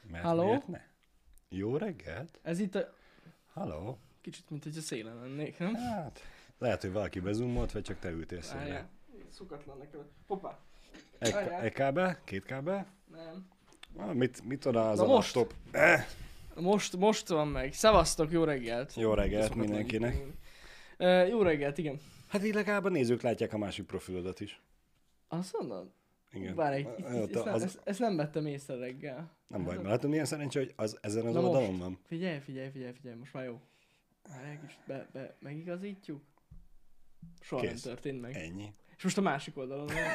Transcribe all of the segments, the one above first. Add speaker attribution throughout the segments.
Speaker 1: Halló?
Speaker 2: Miért ne? Jó reggelt?
Speaker 1: Ez itt a...
Speaker 2: Halló?
Speaker 1: Kicsit, mint hogy a szélen lennék, nem?
Speaker 2: Hát, lehet, hogy valaki bezoomolt, vagy csak te ültél szélre.
Speaker 1: Várjál. Szokatlan nekem. Hoppá.
Speaker 2: Egy kábel? Két kábel?
Speaker 1: Nem.
Speaker 2: Mit oda az
Speaker 1: Na
Speaker 2: a
Speaker 1: most.
Speaker 2: laptop?
Speaker 1: Most van meg. Szevasztok, jó reggelt.
Speaker 2: Jó reggelt
Speaker 1: Szokatlan
Speaker 2: mindenkinek.
Speaker 1: itt. Jó reggelt, igen.
Speaker 2: Hát így legalább a nézők látják a másik profilodat is.
Speaker 1: Azt mondod?
Speaker 2: Igen.
Speaker 1: Várj, ezt nem vettem észre reggel.
Speaker 2: Nem baj, mert látod milyen szerencsé, hogy ezen az
Speaker 1: Na
Speaker 2: oldalon
Speaker 1: most.
Speaker 2: van.
Speaker 1: Figyelj, most már jó. Várj, egy kicsit megigazítjuk. Soha
Speaker 2: Kész.
Speaker 1: nem történt meg.
Speaker 2: Ennyi.
Speaker 1: És most a másik oldalon van.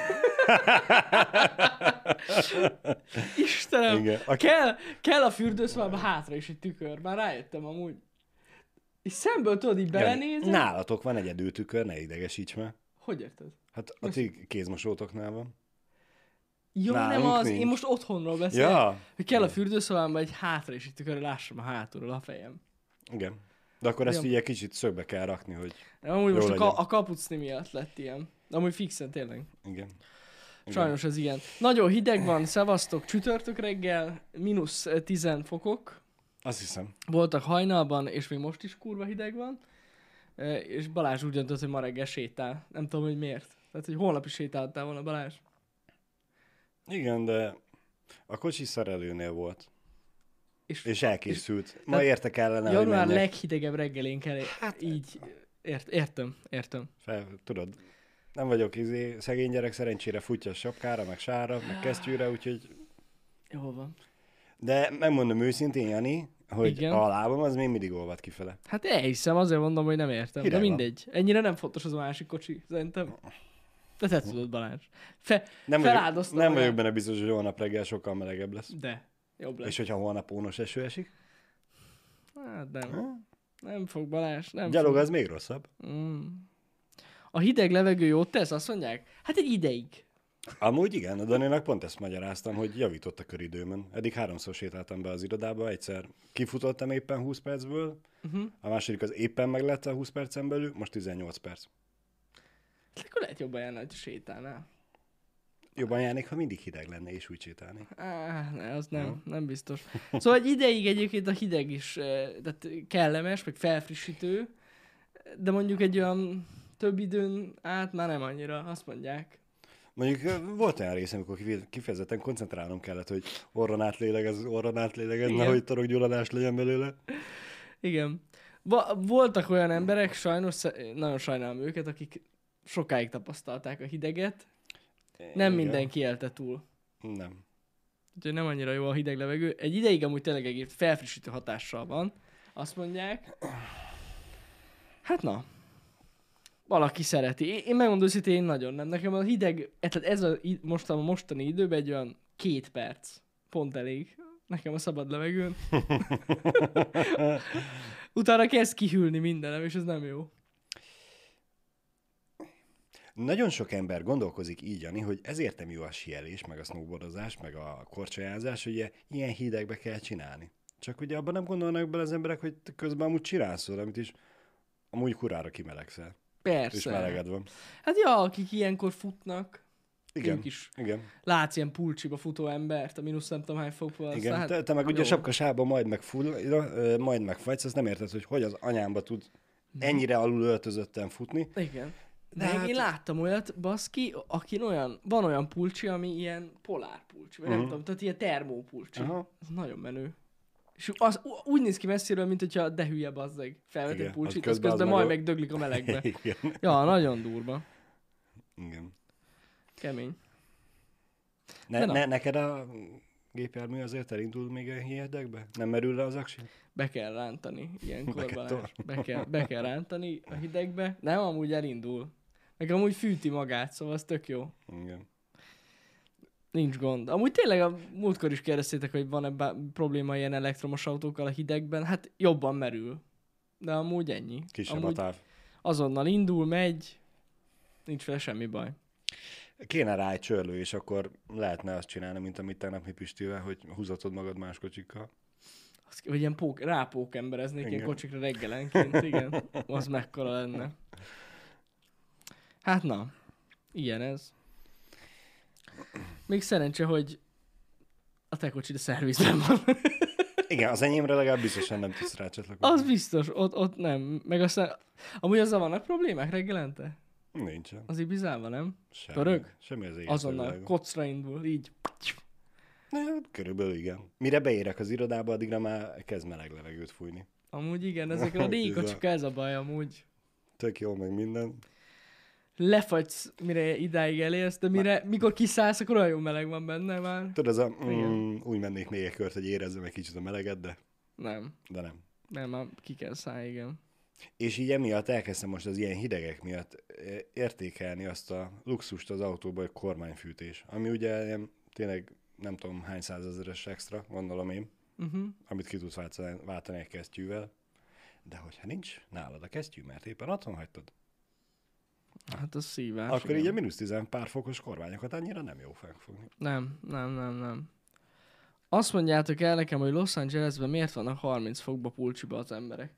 Speaker 1: Istenem,
Speaker 2: Igen.
Speaker 1: kell a fürdőszobába hátra is egy tükör. Már rájöttem amúgy. És szemből tudod, így belenézni.
Speaker 2: Nálatok van egyedül tükör, ne idegesíts már.
Speaker 1: Hogy érted?
Speaker 2: Hát a ti kézmosótoknál van.
Speaker 1: Jó,
Speaker 2: Nálunk
Speaker 1: nem az,
Speaker 2: nincs.
Speaker 1: én most otthonról beszélek.
Speaker 2: Ja.
Speaker 1: Hogy kell a fürdőszobámba egy hátra is egy tükör, hogy lássam a hátulról a fejem.
Speaker 2: Igen. De akkor ezt
Speaker 1: Ja.
Speaker 2: így egy kicsit szögbe kell rakni, hogy...
Speaker 1: De amúgy
Speaker 2: Jó
Speaker 1: most
Speaker 2: legyen.
Speaker 1: a kapucni miatt lett ilyen. De amúgy fixen tényleg.
Speaker 2: Igen.
Speaker 1: Sajnos ez ilyen. Nagyon hideg van, szevasztok, csütörtök reggel, -10 fokok.
Speaker 2: Azt hiszem.
Speaker 1: Voltak hajnalban, és még most is kurva hideg van. És Balázs úgy döntött, hogy ma reggel sétál. Nem tudom, hogy miért. Tehát, hogy holnap is sétáltál volna, Balázs.
Speaker 2: Igen, de a kocsi szerelőnél volt. És elkészült. Ma
Speaker 1: tehát
Speaker 2: értek ellene, hogy
Speaker 1: január
Speaker 2: menjek.
Speaker 1: leghidegebb reggelén kell így... Értem.
Speaker 2: Tudod, nem vagyok szegény gyerek, szerencsére futja a sapkára, meg sára, meg kesztyűre, úgyhogy...
Speaker 1: Jól van.
Speaker 2: De megmondom őszintén, Jani, hogy
Speaker 1: Igen.
Speaker 2: a lábam az még mindig olvad kifele.
Speaker 1: Hát elhiszem, azért mondom, hogy nem értem.
Speaker 2: Hideg
Speaker 1: De
Speaker 2: van.
Speaker 1: mindegy. Ennyire nem fontos az a másik kocsi, szerintem. De te tudod, Balázs.
Speaker 2: Nem
Speaker 1: Feláldoztam
Speaker 2: vagyok
Speaker 1: magát.
Speaker 2: benne biztos, hogy holnap reggel sokkal melegebb lesz.
Speaker 1: De, jobb lesz.
Speaker 2: És hogyha holnap ónos eső esik?
Speaker 1: Hát nem. Nem fog, Balázs, nem
Speaker 2: Gyalog
Speaker 1: fog.
Speaker 2: az még rosszabb.
Speaker 1: A hideg levegő jót tesz, azt mondják? Hát egy ideig.
Speaker 2: Amúgy igen, a Daninak pont ezt magyaráztam, hogy javított a köridőmön. Eddig 3-szor sétáltam be az irodába, egyszer kifutottam éppen 20 percből, a második az éppen meg lett a 20 percen belül, most 18 perc.
Speaker 1: Hát akkor lehet jobban járni, hogy sétálnál.
Speaker 2: Jobban járnék, ha mindig hideg lenne, és úgy sétálnék.
Speaker 1: Ne, az nem biztos. Szóval egy ideig egyébként a hideg is tehát kellemes, meg felfrissítő, de mondjuk egy olyan több időn át már nem annyira, azt mondják.
Speaker 2: Mondjuk volt olyan rész, amikor kifejezetten koncentrálnom kellett, hogy orron átlélegez,
Speaker 1: Igen.
Speaker 2: nehogy torokgyulladás legyen belőle.
Speaker 1: Igen. Voltak olyan emberek, sajnos, nagyon sajnálom őket, akik sokáig tapasztalták a hideget. Nem
Speaker 2: Igen.
Speaker 1: mindenki élte túl.
Speaker 2: Nem.
Speaker 1: Úgyhogy nem annyira jó a hideg levegő. Egy ideig amúgy tényleg egy felfrissítő hatással van, azt mondják. Hát na. Valaki szereti. Én megmondom őszintén, én nagyon nem. Nekem a hideg, tehát ez a mostani időben egy olyan 2 perc. Pont elég. Nekem a szabad levegőn. Utána kezd kihűlni mindenem, és ez nem jó.
Speaker 2: Nagyon sok ember gondolkozik így, Jani, hogy ezért nem jó a síelés, meg a snowboardozás, meg a korcsolyázás, hogy ilyen hidegbe kell csinálni. Csak ugye abban nem gondolnak bele az emberek, hogy te közben amúgy csinálszol, amit is amúgy kurára kimelegszel.
Speaker 1: Persze.
Speaker 2: És meleged van.
Speaker 1: Hát ja, akik ilyenkor futnak,
Speaker 2: Igen,
Speaker 1: ők is.
Speaker 2: igen.
Speaker 1: Látsz ilyen pulcsiba futó embert, a mínusz nem tudom hány fok volt.
Speaker 2: Igen.
Speaker 1: Hát,
Speaker 2: Te meg ugye
Speaker 1: jó.
Speaker 2: a sapkasába majd megfagysz, azt nem érted, hogy az anyámba tud ennyire alul öltözötten futni.
Speaker 1: Igen.
Speaker 2: De
Speaker 1: De
Speaker 2: hát-
Speaker 1: én láttam olyat, baszki, akin van olyan pulcsi, ami ilyen polár pulcsi, vagy nem tudom, tehát ilyen termópulcsi.
Speaker 2: Aha.
Speaker 1: Ez nagyon menő. És az úgy néz ki messziről, mint hogyha de hülye bazzeg. Felvet egy
Speaker 2: Igen,
Speaker 1: pulcsit,
Speaker 2: az
Speaker 1: az közben
Speaker 2: az
Speaker 1: majd
Speaker 2: meg
Speaker 1: megdöglik a melegbe.
Speaker 2: Igen.
Speaker 1: Ja, nagyon durva.
Speaker 2: Igen.
Speaker 1: Kemény. De na.
Speaker 2: Neked a gépjármű azért elindul még a hidegbe? Nem merül le az aksi?
Speaker 1: Be kell rántani ilyenkor,
Speaker 2: Be kell
Speaker 1: Balázs. Be kell rántani a hidegbe. Nem, amúgy elindul. Meg amúgy fűti magát, szóval az tök jó.
Speaker 2: Igen.
Speaker 1: Nincs gond. Amúgy tényleg a múltkor is kérdeztétek, hogy van-e probléma ilyen elektromos autókkal a hidegben. Hát jobban merül. De amúgy ennyi.
Speaker 2: Kisebb a
Speaker 1: amúgy
Speaker 2: táv.
Speaker 1: azonnal indul, megy. Nincs vele semmi baj.
Speaker 2: Kéne rá egy csörlő, és akkor lehetne azt csinálni, mint amit tegnap mi Pistivel, hogy húzatod magad más kocsikkal.
Speaker 1: Vagy ilyen rápókembereznék ilyen
Speaker 2: Igen.
Speaker 1: kocsikra reggelenként, igen. Az mekkora lenne. Hát na, ilyen ez. Még szerencse, hogy a te kocsid a szervizben van.
Speaker 2: Igen, az enyémre legalább biztosan nem tudsz rácsatlakozni.
Speaker 1: Az biztos, ott nem. Meg aztán, amúgy azzal vannak problémák reggelente?
Speaker 2: Nincsen.
Speaker 1: Az Ibizában, nem?
Speaker 2: Semmi.
Speaker 1: Pörög?
Speaker 2: Semmi az éget.
Speaker 1: Azonnal kocra indul, így.
Speaker 2: Körülbelül igen. Mire beérek az irodába, addigra már kezd meleg levegőt fújni.
Speaker 1: Amúgy igen, ezekre a régi kocsik ez a baj amúgy.
Speaker 2: Tök jó, meg minden.
Speaker 1: Lefagysz, mire idáig elérsz, de mikor kiszállsz, akkor olyan jó meleg van benne már.
Speaker 2: Tudod, úgy mennék még egy kört, hogy érezzem egy kicsit a meleget, de
Speaker 1: Nem. Nem, már ki kell szállni, igen.
Speaker 2: És így emiatt elkezdtem most az ilyen hidegek miatt értékelni azt a luxust az autóban, hogy kormányfűtés. Ami ugye ilyen, tényleg nem tudom hány százezeres extra, gondolom én, amit ki tudsz váltani egy kesztyűvel. De hogyha nincs nálad a kesztyű, mert éppen otthon hagytad,
Speaker 1: Hát az szívás.
Speaker 2: akkor
Speaker 1: igen.
Speaker 2: így a mínusz 10 pár fokos kormányokat annyira nem jó felfogni.
Speaker 1: Nem. Azt mondjátok el nekem, hogy Los Angelesben miért vannak 30 fokba pulcsiba az emberek?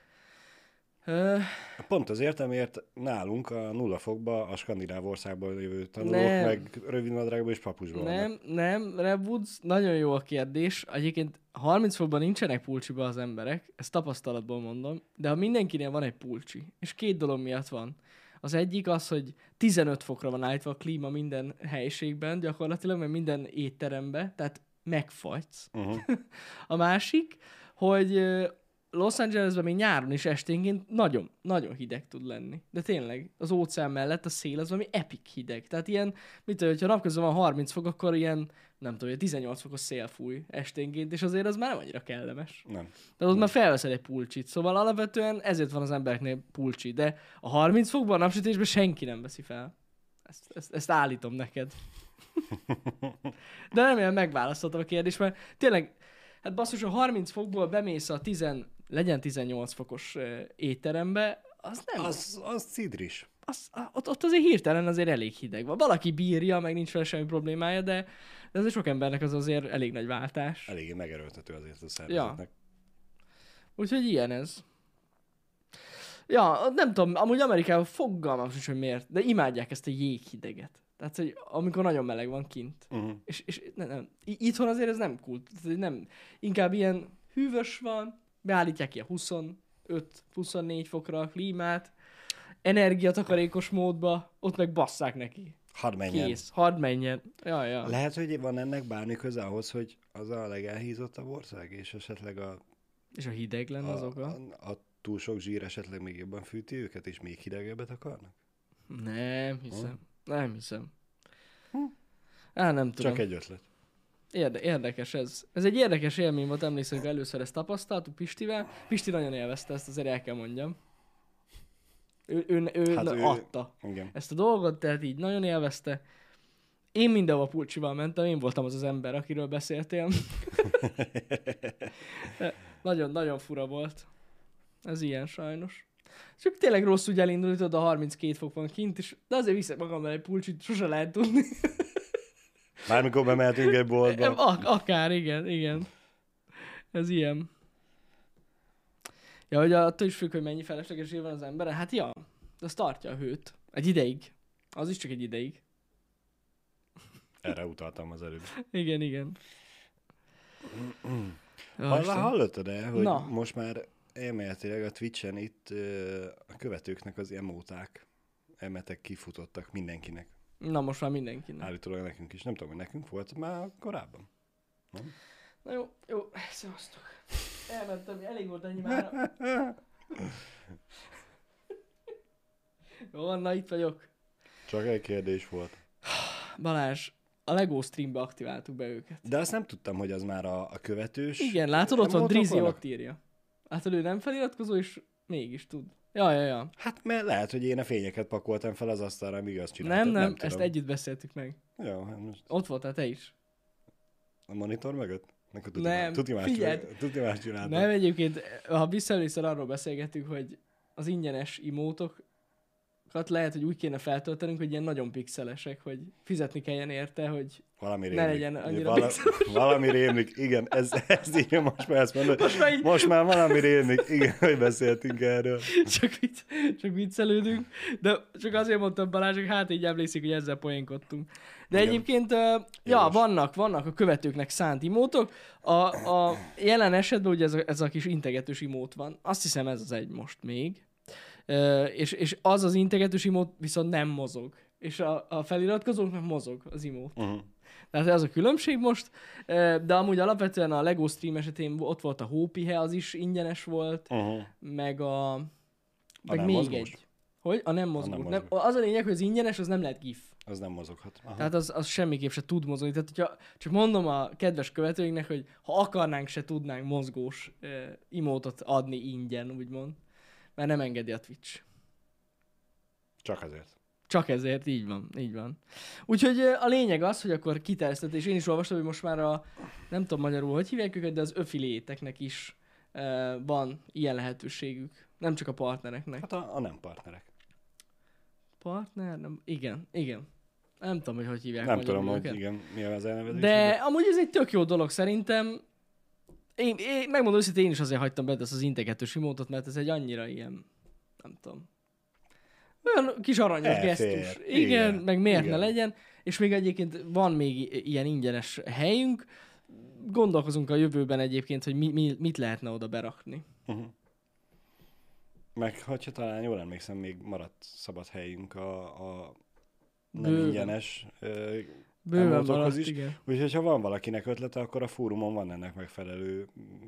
Speaker 2: Pont azért, amiért nálunk a 0 fokba a skandináv országból lévő tanulók
Speaker 1: Nem.
Speaker 2: meg rövidnadrágban és papucsban vannak.
Speaker 1: Nem, Redwoods, nagyon jó a kérdés. Egyébként 30 fokban nincsenek pulcsiba az emberek, ezt tapasztalatból mondom, de ha mindenkinél van egy pulcsi, és két dolog miatt van. Az egyik az, hogy 15 fokra van állítva a klíma minden helyiségben, gyakorlatilag, mert minden étterembe, tehát megfagysz. A másik, hogy Los Angelesben még nyáron is esténként nagyon, nagyon hideg tud lenni. De tényleg, az óceán mellett a szél az valami epic hideg. Tehát ilyen, mit tudom, hogyha napközben van 30 fok, akkor ilyen, nem tudom, 18 fokos szél fúj esténként, és azért az már nem annyira kellemes.
Speaker 2: Nem.
Speaker 1: Tehát ott már felveszed egy pulcsit. Szóval alapvetően ezért van az embereknél pulcsi. De a 30 fokban a napsütésben senki nem veszi fel. Ezt állítom neked. De remélem megválasztottam a kérdést, mert tényleg, hát basszus, a 30 fokból bemész a legyen 18 fokos étterembe, az nem...
Speaker 2: Az cidris.
Speaker 1: Ott azért hirtelen azért elég hideg van. Valaki bírja, meg nincs vele semmi problémája, de azért sok embernek az azért elég nagy váltás.
Speaker 2: Eléggé megerőltető azért a szervezetnek.
Speaker 1: Úgyhogy ilyen ez. Ja, nem tudom, amúgy Amerikában fogalmam sincs, hogy miért, de imádják ezt a jéghideget. Tehát, hogy amikor nagyon meleg van kint. És nem. Itthon azért ez nem cool. Tehát, nem. Inkább ilyen hűvös van, beállítják ki a 25-24 fokra a klímát, energiatakarékos módba, ott meg basszák neki.
Speaker 2: Hadd menjen.
Speaker 1: Kész, hadd menjen. Ja.
Speaker 2: Lehet, hogy van ennek bármi köze ahhoz, hogy az a legelhízottabb ország, és esetleg
Speaker 1: És a hideg lenne az oka?
Speaker 2: A túl sok zsír esetleg még jobban fűti őket, és még hidegebbet akarnak?
Speaker 1: Nem hiszem. Nem tudom.
Speaker 2: Csak egy ötlet.
Speaker 1: Érdekes ez. Ez egy érdekes élmény volt, emlékszem, hogy először ezt tapasztaltuk Pistivel. Pisti nagyon élvezte ezt, azért el kell mondjam. Ő adta
Speaker 2: igen.
Speaker 1: ezt a dolgot, tehát így nagyon élvezte. Én mindenhol pulcsival mentem, én voltam az ember, akiről beszéltél. Nagyon fura volt. Ez ilyen sajnos. Csak tényleg rossz úgy elindulni, tudod, a 32 fok van kint, de azért viszek magammal egy pulcsit, sose lehet tudni.
Speaker 2: Bármikor bemehetünk egy boltba.
Speaker 1: Akár, igen. Ez ilyen. Ja, hogy attól is függ, hogy mennyi felesleges zsír van az emberen. Hát ja, az tartja a hőt. Egy ideig. Az is csak egy ideig.
Speaker 2: Erre utaltam az előbb.
Speaker 1: Igen.
Speaker 2: Hallottad-e, hogy most már elméletileg a Twitch-en itt a követőknek az emóták, emetek kifutottak mindenkinek.
Speaker 1: Na most már mindenkinek.
Speaker 2: Állítólag nekünk is. Nem tudom, hogy nekünk volt már korábban. Nem?
Speaker 1: Na jó, szevasztok. Elmentem, elég volt ennyi már. Jó, na itt vagyok.
Speaker 2: Csak egy kérdés volt.
Speaker 1: Balázs, a Lego streambe aktiváltuk be őket.
Speaker 2: De azt nem tudtam, hogy az már a követős.
Speaker 1: Igen, látod, ott van
Speaker 2: emótok
Speaker 1: Drizzy,
Speaker 2: vannak?
Speaker 1: ott írja. Látod, ő nem feliratkozó, és mégis tud. Ja.
Speaker 2: Hát mert lehet, hogy én a fényeket pakoltam fel az asztalra, amíg azt csináltam.
Speaker 1: Nem,
Speaker 2: tudom.
Speaker 1: ezt együtt beszéltük meg.
Speaker 2: Jó, hát most
Speaker 1: Ott voltál te is.
Speaker 2: a monitor mögött?
Speaker 1: Nem, figyeld.
Speaker 2: Tudni más csináltam.
Speaker 1: Nem, egyébként, ha visszaemlékszel, arról beszélgettünk, hogy az ingyenes imótokat emotokat lehet, hogy úgy kéne feltöltenünk, hogy ilyen nagyon pixelesek, hogy fizetni kelljen érte, hogy
Speaker 2: Valami
Speaker 1: ne
Speaker 2: rémlik.
Speaker 1: legyen annyira pixeles.
Speaker 2: Valami rémlik, igen, ez így most már ezt mondod. Most már valami rémlik, igen, hogy beszéltünk erről.
Speaker 1: Csak viccelődünk, de csak azért mondtam Balázs, hát így emlékszik, hogy ezzel poénkodtunk. De
Speaker 2: Igen.
Speaker 1: egyébként, vannak a követőknek szánt imótok. A jelen esetben ugye ez a kis integetős imót van. Azt hiszem ez az egy most még. És az integetős imót viszont nem mozog. És a feliratkozóknak mozog az imót.
Speaker 2: Uh-huh.
Speaker 1: Tehát ez a különbség most. De amúgy alapvetően a Lego Stream esetén ott volt a Hópihe, az is ingyenes volt. Meg meg még
Speaker 2: mozgós?
Speaker 1: egy. Hogy? A nem mozgó.
Speaker 2: nem
Speaker 1: Nem,
Speaker 2: mozgó.
Speaker 1: az a lényeg, hogy az ingyenes, az nem lehet GIF.
Speaker 2: Az nem mozoghat. Aha.
Speaker 1: Tehát az semmiképp se tud mozogni. Tehát, hogyha csak mondom a kedves követőinknek, hogy ha akarnánk, se tudnánk mozgós imótot adni ingyen, úgymond. Mert nem engedi a Twitch.
Speaker 2: Csak azért.
Speaker 1: Csak ezért, így van, így van. Úgyhogy a lényeg az, hogy akkor kiterjesztett, és én is olvastam, hogy most már nem tudom magyarul, hogy hívják őket, de az affiliate-eknek is van ilyen lehetőségük. Nem csak a partnereknek.
Speaker 2: Hát a nem partnerek.
Speaker 1: Partner? Nem. Igen. Nem tudom, hogy hívják
Speaker 2: Nem
Speaker 1: magyarul
Speaker 2: tudom,
Speaker 1: őket.
Speaker 2: hogy igen, mi az elnevezés.
Speaker 1: De amúgy ez egy tök jó dolog szerintem. Én megmondom őszintén, én is azért hagytam be ezt az integetős imótot, mert ez egy annyira ilyen, nem tudom, olyan kis aranyos
Speaker 2: Elfér.
Speaker 1: gesztus. Igen, meg miért
Speaker 2: igen.
Speaker 1: ne legyen. És még egyébként van még ilyen ingyenes helyünk. Gondolkozunk a jövőben egyébként, hogy mit lehetne oda berakni.
Speaker 2: Uh-huh. Meg, hogyha talán jól emlékszem, még maradt szabad helyünk a nem
Speaker 1: Bőven.
Speaker 2: ingyenes
Speaker 1: Bőven
Speaker 2: emótokhoz
Speaker 1: maradt,
Speaker 2: is.
Speaker 1: igen.
Speaker 2: Úgyhogy ha van valakinek ötlete, akkor a fórumon van ennek megfelelő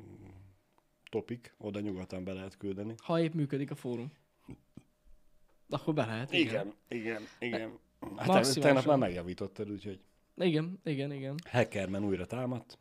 Speaker 2: topik, oda nyugodtan be lehet küldeni.
Speaker 1: Ha épp működik a fórum. Akkor be lehet.
Speaker 2: Igen. Hát
Speaker 1: Maximálisan.
Speaker 2: tegnap már megjavítottad, úgyhogy
Speaker 1: Igen.
Speaker 2: Hackerman újra támadt.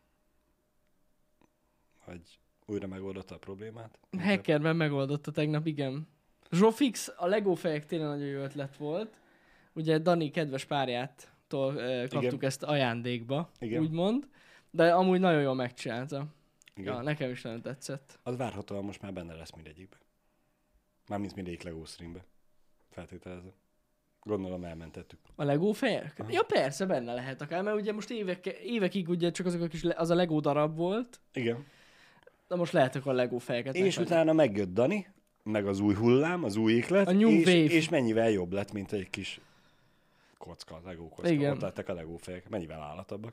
Speaker 2: Vagy újra megoldotta a problémát.
Speaker 1: Hackerben megoldotta tegnap, igen. Zsofix, a Lego fejek tényleg nagyon jó ötlet volt. Ugye Dani kedves párjától kaptuk
Speaker 2: Igen.
Speaker 1: ezt ajándékba,
Speaker 2: Igen.
Speaker 1: úgymond. De amúgy nagyon jól megcsinálta.
Speaker 2: Igen.
Speaker 1: Ja, nekem is nagyon tetszett.
Speaker 2: Az várhatóan most már benne lesz mindegyikbe. Mármint mindegyik Lego streambe. Feltételezem. Gondolom elmentettük.
Speaker 1: A Lego fejek?
Speaker 2: Aha.
Speaker 1: Ja persze, benne lehet akár, mert ugye most évekig ugye csak azok a kis, az a Lego darab volt,
Speaker 2: Igen.
Speaker 1: de most lehetek a Lego fejeket.
Speaker 2: És
Speaker 1: megvenni.
Speaker 2: utána megjött Dani, meg az új hullám, az új iklet,
Speaker 1: A New
Speaker 2: és,
Speaker 1: Wave.
Speaker 2: és mennyivel jobb lett, mint egy kis kocka, Lego kocka.
Speaker 1: Igen.
Speaker 2: Ott lettek a Lego fejek. Mennyivel állatabbak.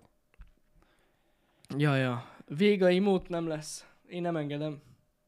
Speaker 1: Ja. Véga imót nem lesz. Én nem engedem.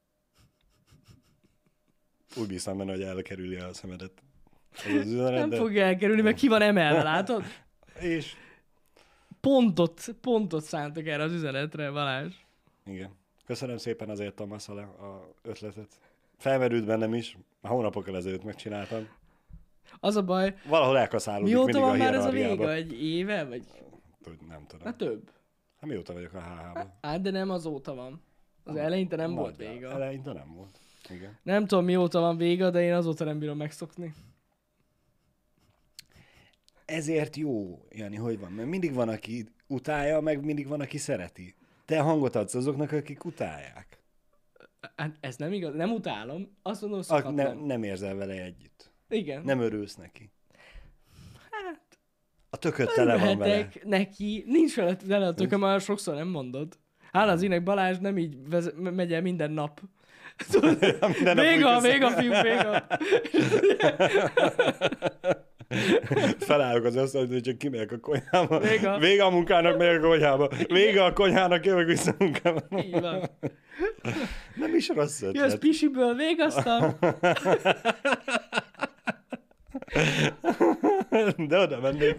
Speaker 2: Úgy bíztam benne, hogy elkerüli a szemedet. Az üzenet,
Speaker 1: Nem
Speaker 2: de...
Speaker 1: fogja elkerülni, mert ki van emelve, látod?
Speaker 2: És...
Speaker 1: Pontot szántak erre az üzenetre, Balázs.
Speaker 2: Igen. Köszönöm szépen azért, Thomas, a ötletet. Felmerült bennem is. Már hónapokkal ezelőtt megcsináltam.
Speaker 1: Az a baj,
Speaker 2: Valahol elkaszálódik
Speaker 1: mióta
Speaker 2: mindig a
Speaker 1: van már ez a
Speaker 2: hierarchiába.
Speaker 1: véga? Egy éve? Vagy...
Speaker 2: Nem tudom.
Speaker 1: Na több.
Speaker 2: Hát mióta vagyok a HH-ban?
Speaker 1: Hát de nem azóta van. Az eleinte nem volt véga.
Speaker 2: Eleinte nem volt. Igen.
Speaker 1: Nem tudom mióta van véga, de én azóta nem bírom megszokni.
Speaker 2: Ezért jó, Jani, hogy van? Mert mindig van, aki utálja, meg mindig van, aki szereti. Te hangot adsz azoknak, akik utálják.
Speaker 1: Hát ez nem igaz, nem utálom. Azt mondom, szokatlan.
Speaker 2: Nem érzel vele együtt.
Speaker 1: Igen.
Speaker 2: Nem örülsz neki.
Speaker 1: Hát,
Speaker 2: A tököd tele van vele.
Speaker 1: örülhetek neki. Nincs vele a tököm, már sokszor nem mondod. Hála az ének Balázs nem így megy el minden nap.
Speaker 2: Minden nap úgy
Speaker 1: Véga, fiú, véga.
Speaker 2: Felállok az asztalt, hogy csak kimegyek a konyhába.
Speaker 1: Vége.
Speaker 2: Vége a munkának, megyek a konyhába. Vége a konyhának, jövök vissza a munkába.
Speaker 1: Így van.
Speaker 2: Nem is rossz
Speaker 1: Jössz
Speaker 2: ötlet.
Speaker 1: pisiből, végaztam.
Speaker 2: De oda mennék.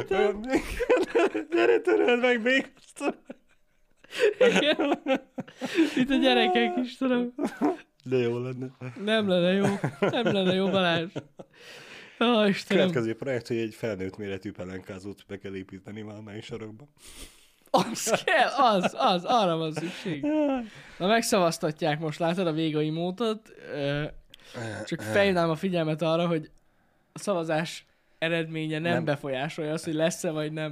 Speaker 2: Gyere, töröld meg, végaztam.
Speaker 1: Igen. Itt a gyerekek is, tudom.
Speaker 2: De jó lenne.
Speaker 1: Nem lenne jó, Balázs. Ó, Istenem.
Speaker 2: Következő projekt, hogy egy felnőtt méretű pelenkázót be kell építeni valamelyik sarokba.
Speaker 1: Az kell, arra van szükség. Na megszavaztatják most, látod a végai módot. Csak felhívnám a figyelmet arra, hogy a szavazás eredménye nem befolyásolja azt, hogy lesz-e vagy nem.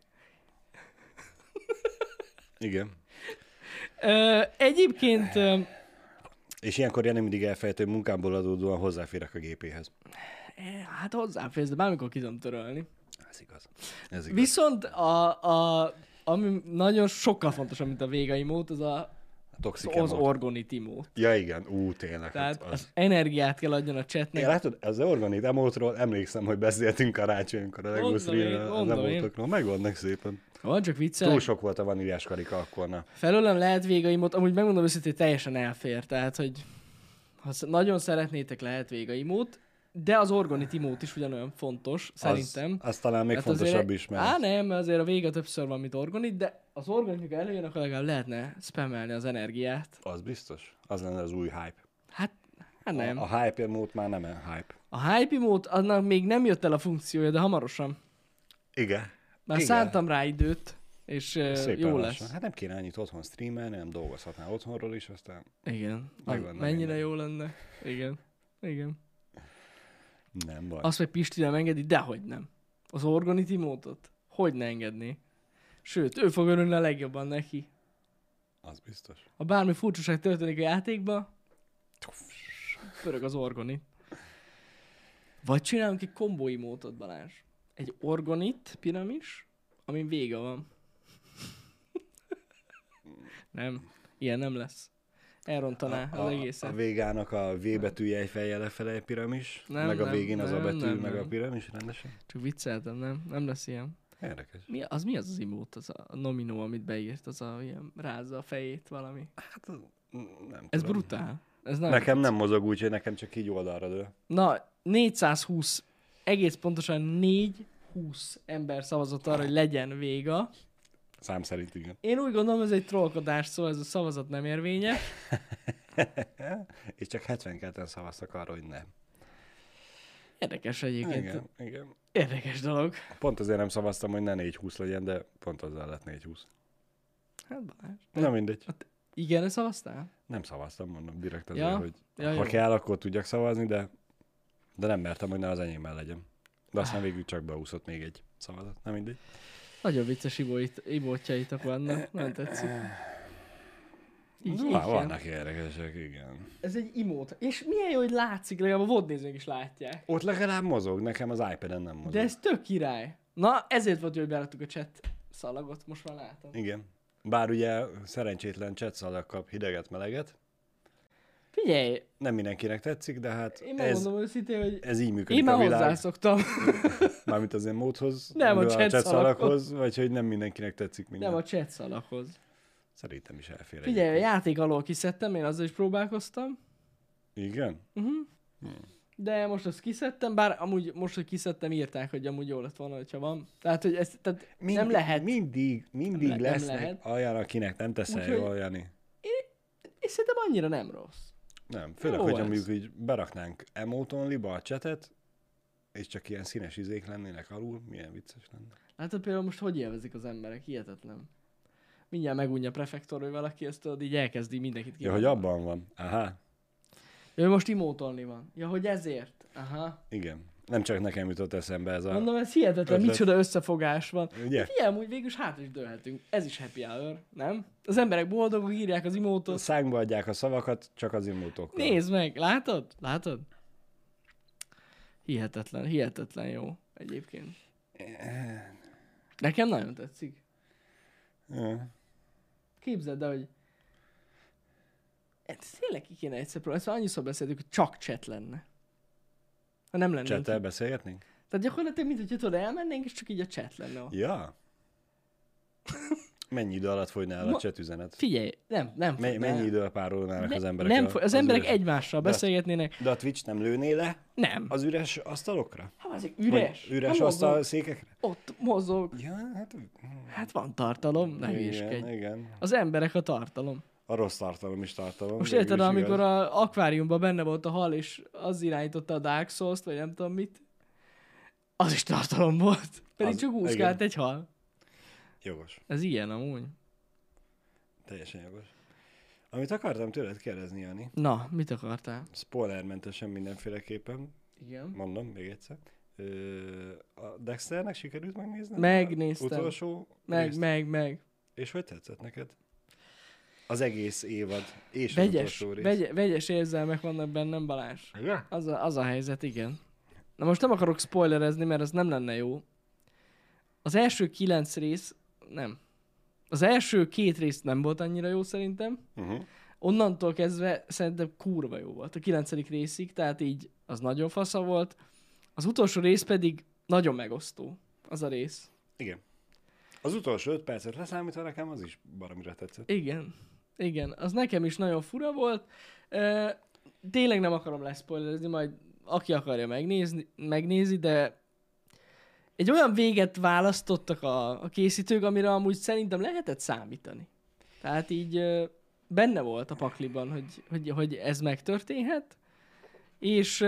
Speaker 2: Igen.
Speaker 1: Egyébként...
Speaker 2: És ilyenkor Jani mindig elfejt, hogy munkámból adódóan hozzáférek a gépéhez.
Speaker 1: Hát hozzáférsz, de bármikor ki tudom törölni.
Speaker 2: Ez igaz. Ez igaz.
Speaker 1: Viszont ami nagyon sokkal fontosabb, mint a végai mód, az
Speaker 2: Toxic
Speaker 1: az
Speaker 2: emote.
Speaker 1: organit mód.
Speaker 2: Ja igen, tényleg.
Speaker 1: Tehát
Speaker 2: hát
Speaker 1: az energiát kell adjon a
Speaker 2: Én
Speaker 1: chatnek.
Speaker 2: látod, az organit emótról emlékszem, hogy beszéltünk karácsonykor a Lego
Speaker 1: Mondom
Speaker 2: streamről az
Speaker 1: én.
Speaker 2: emótokról. Megvannak szépen.
Speaker 1: Van, csak
Speaker 2: Túl
Speaker 1: viccelek.
Speaker 2: sok volt a vaníliás karika akkor, na.
Speaker 1: Felőlem lehet végai mód, amúgy megmondom őszintén, teljesen elfér. Tehát, hogy ha nagyon szeretnétek, lehet végai mód, de az organit mód is ugyanolyan fontos, szerintem.
Speaker 2: Az talán még
Speaker 1: Hát
Speaker 2: fontosabb
Speaker 1: azért,
Speaker 2: is, mert...
Speaker 1: nem, mert azért a vége többször van, mint organit, de az organit, mikor előjön, akkor legalább lehetne spammelni az energiát.
Speaker 2: Az biztos. Az lenne az új hype.
Speaker 1: Hát nem.
Speaker 2: A hype mód már nem hype.
Speaker 1: A hype mód, annak még nem jött el a funkciója, de hamarosan.
Speaker 2: Igen.
Speaker 1: Már
Speaker 2: Igen.
Speaker 1: szántam rá időt, és
Speaker 2: Szépen
Speaker 1: jó
Speaker 2: lassan.
Speaker 1: lesz.
Speaker 2: Hát nem kéne annyit otthon streamelni, nem dolgozhatnál otthonról is, aztán
Speaker 1: Igen.
Speaker 2: Megvan,
Speaker 1: Mennyire
Speaker 2: minden.
Speaker 1: jó lenne. Igen. Igen.
Speaker 2: nem baj.
Speaker 1: Azt, hogy Pisti nem engedi, dehogy nem. Az organiti módot? Hogy ne engedné? Sőt, ő fog örülni a legjobban neki.
Speaker 2: Az biztos.
Speaker 1: Ha bármi furcsaság történik a játékba, pörög az organit. Vagy csinálunk egy kombói módot, Balázs. Egy organit piramis, amin vége van. Nem. Ilyen nem lesz. Elrontaná az egészet.
Speaker 2: A végának a V betűje egy fejjel lefele egy piramis,
Speaker 1: Nem,
Speaker 2: meg a
Speaker 1: nem,
Speaker 2: végén az a
Speaker 1: nem,
Speaker 2: betű,
Speaker 1: nem,
Speaker 2: meg a
Speaker 1: nem.
Speaker 2: piramis rendesen.
Speaker 1: Csak vicceltem, nem? Nem lesz ilyen.
Speaker 2: Érdekes.
Speaker 1: Mi az az emót, az a nominó, amit beírt, az a ilyen rázza a fejét valami.
Speaker 2: Hát nem
Speaker 1: Ez
Speaker 2: tudom.
Speaker 1: brutál. Ez nem
Speaker 2: Nekem nem mozog úgy, hogy nekem csak így oldalra dől.
Speaker 1: Na, 420, egész pontosan 420 ember szavazott arra, hogy legyen véga.
Speaker 2: Szám szerint igen.
Speaker 1: Én úgy gondolom, ez egy trollkodás, szóval ez a szavazat nem érvényes.
Speaker 2: És csak 72-en szavaztak arra, hogy nem.
Speaker 1: Érdekes egyébként.
Speaker 2: Igen, igen.
Speaker 1: Érdekes dolog.
Speaker 2: Pont azért nem szavaztam, hogy ne 4-20 legyen, de pont azzal lett 4-20.
Speaker 1: Hát Balázs.
Speaker 2: Na mindegy.
Speaker 1: Igen, szavaztál?
Speaker 2: Nem szavaztam, mondom direkt azért,
Speaker 1: Ja?
Speaker 2: hogy
Speaker 1: Ja,
Speaker 2: ha
Speaker 1: jó.
Speaker 2: kell, akkor tudjak szavazni, de nem mertem, hogy ne az enyémmel legyen. De aztán végül csak beúszott még egy szavazat. Nem mindegy.
Speaker 1: Nagyon vicces ibótjaitok vannak, nem tetszik. Így,
Speaker 2: Na,
Speaker 1: így
Speaker 2: vannak érdekesek, igen.
Speaker 1: Ez egy imót. És milyen jó, hogy látszik, legalább a VOD nézők is látják.
Speaker 2: Ott legalább mozog, nekem az iPad-en nem mozog.
Speaker 1: De ez tök király. Na, ezért volt jó, hogy beraktuk a chat szalagot, most már látom.
Speaker 2: Igen. Bár ugye szerencsétlen chat szalag kap hideget, meleget.
Speaker 1: Figyelj,
Speaker 2: Nem mindenkinek tetszik, de hát
Speaker 1: én megmondom őszintén, hogy
Speaker 2: ez így
Speaker 1: én
Speaker 2: működik
Speaker 1: már
Speaker 2: a világ.
Speaker 1: hozzászoktam.
Speaker 2: Mármint az én módhoz,
Speaker 1: Nem, a
Speaker 2: a
Speaker 1: chat
Speaker 2: chat szalaghoz, vagy hogy nem mindenkinek tetszik minden.
Speaker 1: Nem a chat szalaghoz.
Speaker 2: Szerintem is elfér.
Speaker 1: Figyelj, a
Speaker 2: egyébként.
Speaker 1: játék alól kiszedtem, én azzal is próbálkoztam.
Speaker 2: Igen?
Speaker 1: De most azt kiszedtem, bár amúgy most, hogy kiszedtem, írták, hogy amúgy jó lett volna, hogyha van. Tehát, hogy ez nem lehet.
Speaker 2: Mindig
Speaker 1: nem
Speaker 2: lesznek
Speaker 1: lehet.
Speaker 2: olyan, akinek nem teszel
Speaker 1: Úgyhogy-
Speaker 2: jól, Jani.
Speaker 1: És szerintem annyira nem rossz.
Speaker 2: Nem, főleg,
Speaker 1: Jó
Speaker 2: hogyha
Speaker 1: ez.
Speaker 2: mondjuk így beraknánk emotonliba a chatet, és csak ilyen színes izék lennének alul, milyen vicces lenne.
Speaker 1: Látod például most hogy élvezik az emberek, hihetetlen. Mindjárt megunja a prefektor, hogy valaki ezt tudod, így elkezdi mindenkit
Speaker 2: Ja, hogy abban van. Aha,
Speaker 1: Ő most imótolni van. Ja, hogy ezért. Aha.
Speaker 2: igen. Nem csak nekem jutott eszembe ez a...
Speaker 1: Mondom, ez hihetetlen,
Speaker 2: ötlet.
Speaker 1: micsoda összefogás van.
Speaker 2: Ugye?
Speaker 1: Figyelj, amúgy végül is hátra is dőlhetünk. Ez is happy hour, nem? Az emberek boldogok, írják az imótot.
Speaker 2: Szánkba adják a szavakat, csak az imótokkal.
Speaker 1: Nézd meg, látod? Látod? Hihetetlen jó egyébként. Nekem nagyon tetszik.
Speaker 2: Ja.
Speaker 1: Képzeld el, hogy ezt tényleg ki kéne egyszer próbálni. Ezt már annyiszor beszéltük, hogy csak chat lenne. Ha nem lennénk.
Speaker 2: Chattel beszélgetnénk?
Speaker 1: Tehát gyakorlatilag, mint hogy tudod, elmennénk, és csak így a chat lenne. ott.
Speaker 2: Ja. Mennyi idő alatt folyna el a
Speaker 1: Ma-
Speaker 2: chat üzenet?
Speaker 1: Figyelj, nem fog,
Speaker 2: Mennyi idő párolnának az emberek?
Speaker 1: nem fog, az emberek
Speaker 2: üres-
Speaker 1: egymással
Speaker 2: de-
Speaker 1: beszélgetnének.
Speaker 2: De a Twitch nem lőné le
Speaker 1: Nem.
Speaker 2: az üres asztalokra?
Speaker 1: Hát azért üres.
Speaker 2: Vagy üres
Speaker 1: Nem
Speaker 2: asztal
Speaker 1: mozog.
Speaker 2: székekre?
Speaker 1: Ott mozog.
Speaker 2: Ja, hát...
Speaker 1: Hát van tartalom, ne hülyéskedj.
Speaker 2: Igen, igen.
Speaker 1: Az emberek a tartalom.
Speaker 2: A rossz tartalom is tartalom.
Speaker 1: Most
Speaker 2: végül
Speaker 1: érted,
Speaker 2: is
Speaker 1: amikor
Speaker 2: igaz.
Speaker 1: a akváriumban benne volt a hal, és az irányította a Dark Souls-t, vagy nem tudom mit, az is tartalom volt. Pedig
Speaker 2: Az-
Speaker 1: csak úszkált egy hal.
Speaker 2: Jogos.
Speaker 1: Ez ilyen amúgy.
Speaker 2: Teljesen jogos. Amit akartam tőled kérdezni, Jani,
Speaker 1: Na, mit akartál?
Speaker 2: spoilermentesen mindenféleképpen,
Speaker 1: Igen.
Speaker 2: mondom még egyszer, a Dexternek sikerült megnézni?
Speaker 1: Megnéztem.
Speaker 2: Utolsó részt?
Speaker 1: Meg.
Speaker 2: És hogy tetszett neked? Az egész évad és az
Speaker 1: Vegyes,
Speaker 2: utolsó rész.
Speaker 1: vegyes érzelmek vannak bennem, Balázs.
Speaker 2: Ja?
Speaker 1: Az a helyzet, igen. Na most nem akarok spoilerezni, mert ez nem lenne jó. Az első 9 rész, nem. Az első 2 rész nem volt annyira jó szerintem. Onnantól kezdve szerintem kurva jó volt. A 9. részig, tehát így az nagyon fasza volt. Az utolsó rész pedig nagyon megosztó. Az a rész.
Speaker 2: Igen. Az utolsó 5 percet leszámítva nekem az is baromira tetszett.
Speaker 1: Igen. Igen, az nekem is nagyon fura volt. Tényleg nem akarom leszpoilerezni, majd aki akarja megnézi, de egy olyan véget választottak a készítők, amire amúgy szerintem lehetett számítani. Tehát így benne volt a pakliban, hogy ez megtörténhet, és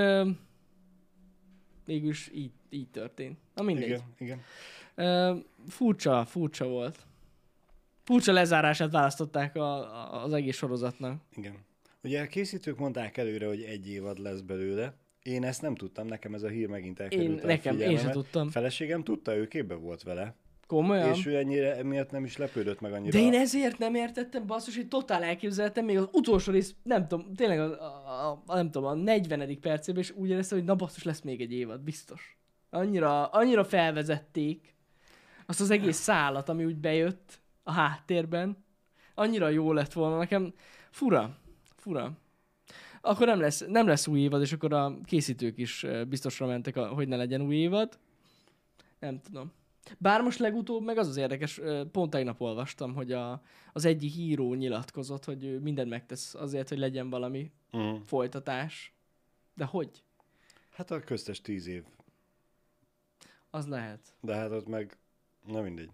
Speaker 1: mégis így történt. Na mindegy.
Speaker 2: Igen.
Speaker 1: Furcsa volt. Furcsa lezárását választották az egész sorozatnak.
Speaker 2: Igen. Ugye a készítők mondták előre, hogy 1 évad lesz belőle. Én ezt nem tudtam, nekem ez a hír megint elkerült a figyelmemet.
Speaker 1: Én sem tudtam.
Speaker 2: Feleségem tudta, ő képbe volt vele.
Speaker 1: Komolyan?
Speaker 2: És ő ennyire, emiatt nem is lepődött meg annyira.
Speaker 1: De én ezért nem értettem, basszus, hogy totál elképzeltem, még az utolsó rész, nem tudom, tényleg nem tudom, a 40. percében, és úgy éreztem, hogy na basszus, lesz még egy évad, biztos. Annyira felvezették azt az egész szálat, ami úgy bejött a háttérben. Annyira jó lett volna nekem. Fura. Akkor nem lesz új évad, és akkor a készítők is biztosra mentek, hogy ne legyen új évad. Nem tudom. Bár most legutóbb meg az érdekes, pont tegnap olvastam, hogy az egyik író nyilatkozott, hogy ő mindent megtesz azért, hogy legyen valami folytatás. De hogy?
Speaker 2: Hát a köztes 10 év.
Speaker 1: Az lehet.
Speaker 2: De hát ott meg, na mindegy.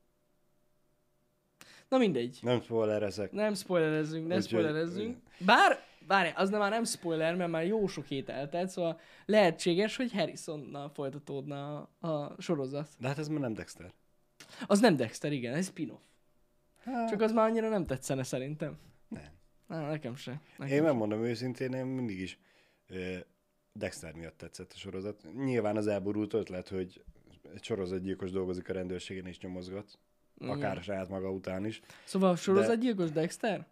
Speaker 1: Na mindegy.
Speaker 2: Nem spoilerezek.
Speaker 1: Nem spoilerezzünk. Bár az már nem spoiler, mert már jó sok hét eltelt, szóval lehetséges, hogy Harrisonnal folytatódna a sorozat.
Speaker 2: De hát ez már nem Dexter.
Speaker 1: Az nem Dexter, igen, ez spin-off.
Speaker 2: Hát,
Speaker 1: Csak az már annyira nem tetszene szerintem.
Speaker 2: nem.
Speaker 1: Nekem se.
Speaker 2: Én megmondom őszintén, én mindig is Dexter miatt tetszett a sorozat. Nyilván az elborult ötlet, hogy egy sorozatgyilkos dolgozik a rendőrségen és nyomozgat. Akár a saját maga után is.
Speaker 1: Szóval sorozatgyilkos Dexter?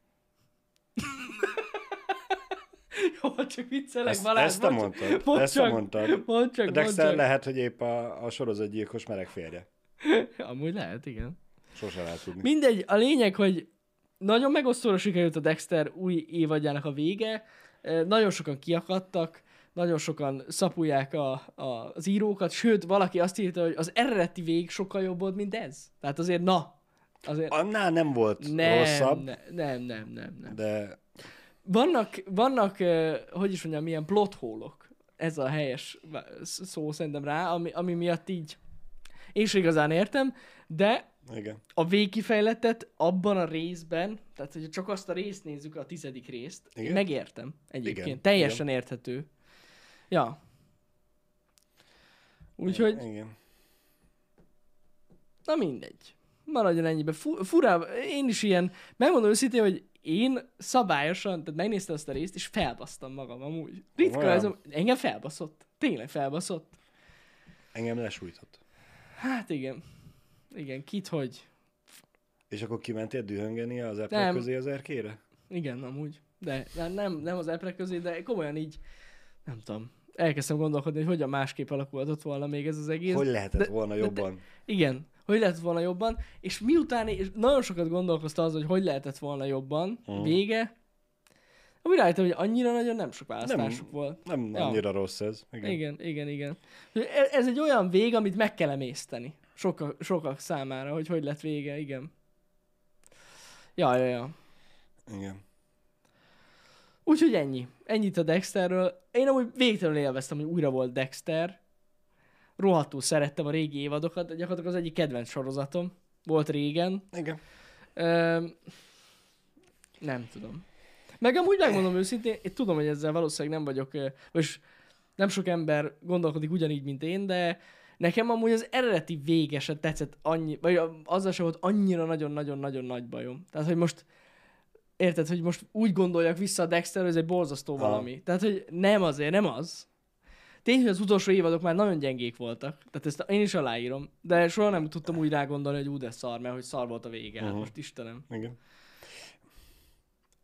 Speaker 1: Jó, csak viccelek, Balázs.
Speaker 2: Ezt te mondtad.
Speaker 1: Mondd csak.
Speaker 2: Dexter lehet, hogy épp a sorozatgyilkos meleg férje.
Speaker 1: Amúgy lehet, igen.
Speaker 2: Sose lehet tudni.
Speaker 1: Mindegy, a lényeg, hogy nagyon megosztóra sikerült a Dexter új évadjának a vége. Nagyon sokan kiakadtak, nagyon sokan szapulják az írókat, sőt, valaki azt írta, hogy az eredeti vég sokkal jobb volt, mint ez. Tehát azért,
Speaker 2: Annál nem volt rosszabb.
Speaker 1: Nem.
Speaker 2: De...
Speaker 1: Vannak, hogy is mondjam, milyen plot hole-ok. Ez a helyes szó szerintem rá, ami miatt így én sem igazán értem, de
Speaker 2: igen.
Speaker 1: A végkifejletet abban a részben, tehát hogyha csak azt a részt nézzük, a 10. részt, én megértem egyébként. Igen. Teljesen érthető. Ja. Úgyhogy...
Speaker 2: Igen.
Speaker 1: Na mindegy. Maradjon ennyibe. Fura, én is ilyen, megmondom őszintén, hogy én szabályosan, tehát megnéztem azt a részt, és felbasztam magam amúgy. Ritka ez, engem felbaszott. Tényleg felbaszott.
Speaker 2: Engem lesújtott.
Speaker 1: Hát igen. Igen, kit hogy.
Speaker 2: És akkor kimentél dühöngeni az eprek közé az erkére?
Speaker 1: Igen, amúgy. De nem az eprek közé, de komolyan így, nem tudom. Elkezdtem gondolkodni, hogy hogyan másképp alakulhatott volna még ez az egész.
Speaker 2: Hogy lehetett volna jobban?
Speaker 1: Igen, hogy lehetett volna jobban. És miután és nagyon sokat gondolkoztam azon, hogy lehetett volna jobban, vége. Úgy rájöttem, hogy annyira nagyon nem sok választásuk volt.
Speaker 2: Nem annyira rossz ez.
Speaker 1: Igen. Ez egy olyan vég, amit meg kell emészteni. Sokak számára, hogy lett vége, igen. Ja.
Speaker 2: Igen.
Speaker 1: Úgyhogy ennyi. Ennyit a Dexterről. Én amúgy végtelenül élveztem, hogy újra volt Dexter. Rohadtul szerettem a régi évadokat. Gyakorlatilag az egyik kedvenc sorozatom. Volt régen.
Speaker 2: Igen.
Speaker 1: Nem tudom. Meg amúgy megmondom őszintén, én tudom, hogy ezzel valószínűleg nem vagyok, és nem sok ember gondolkodik ugyanígy, mint én, de nekem amúgy az eredeti vége se tetszett annyi, vagy azzal se volt annyira nagyon-nagyon-nagyon nagy bajom. Tehát, hogy most, érted, hogy most úgy gondoljak vissza a Dexterről, ez egy borzasztó valami. Tehát, hogy nem az. Tény, hogy az utolsó évadok már nagyon gyengék voltak. Tehát ezt én is aláírom. De soha nem tudtam úgy rá gondolni, hogy de szar, mert hogy szar volt a vége. Most Istenem.
Speaker 2: Igen.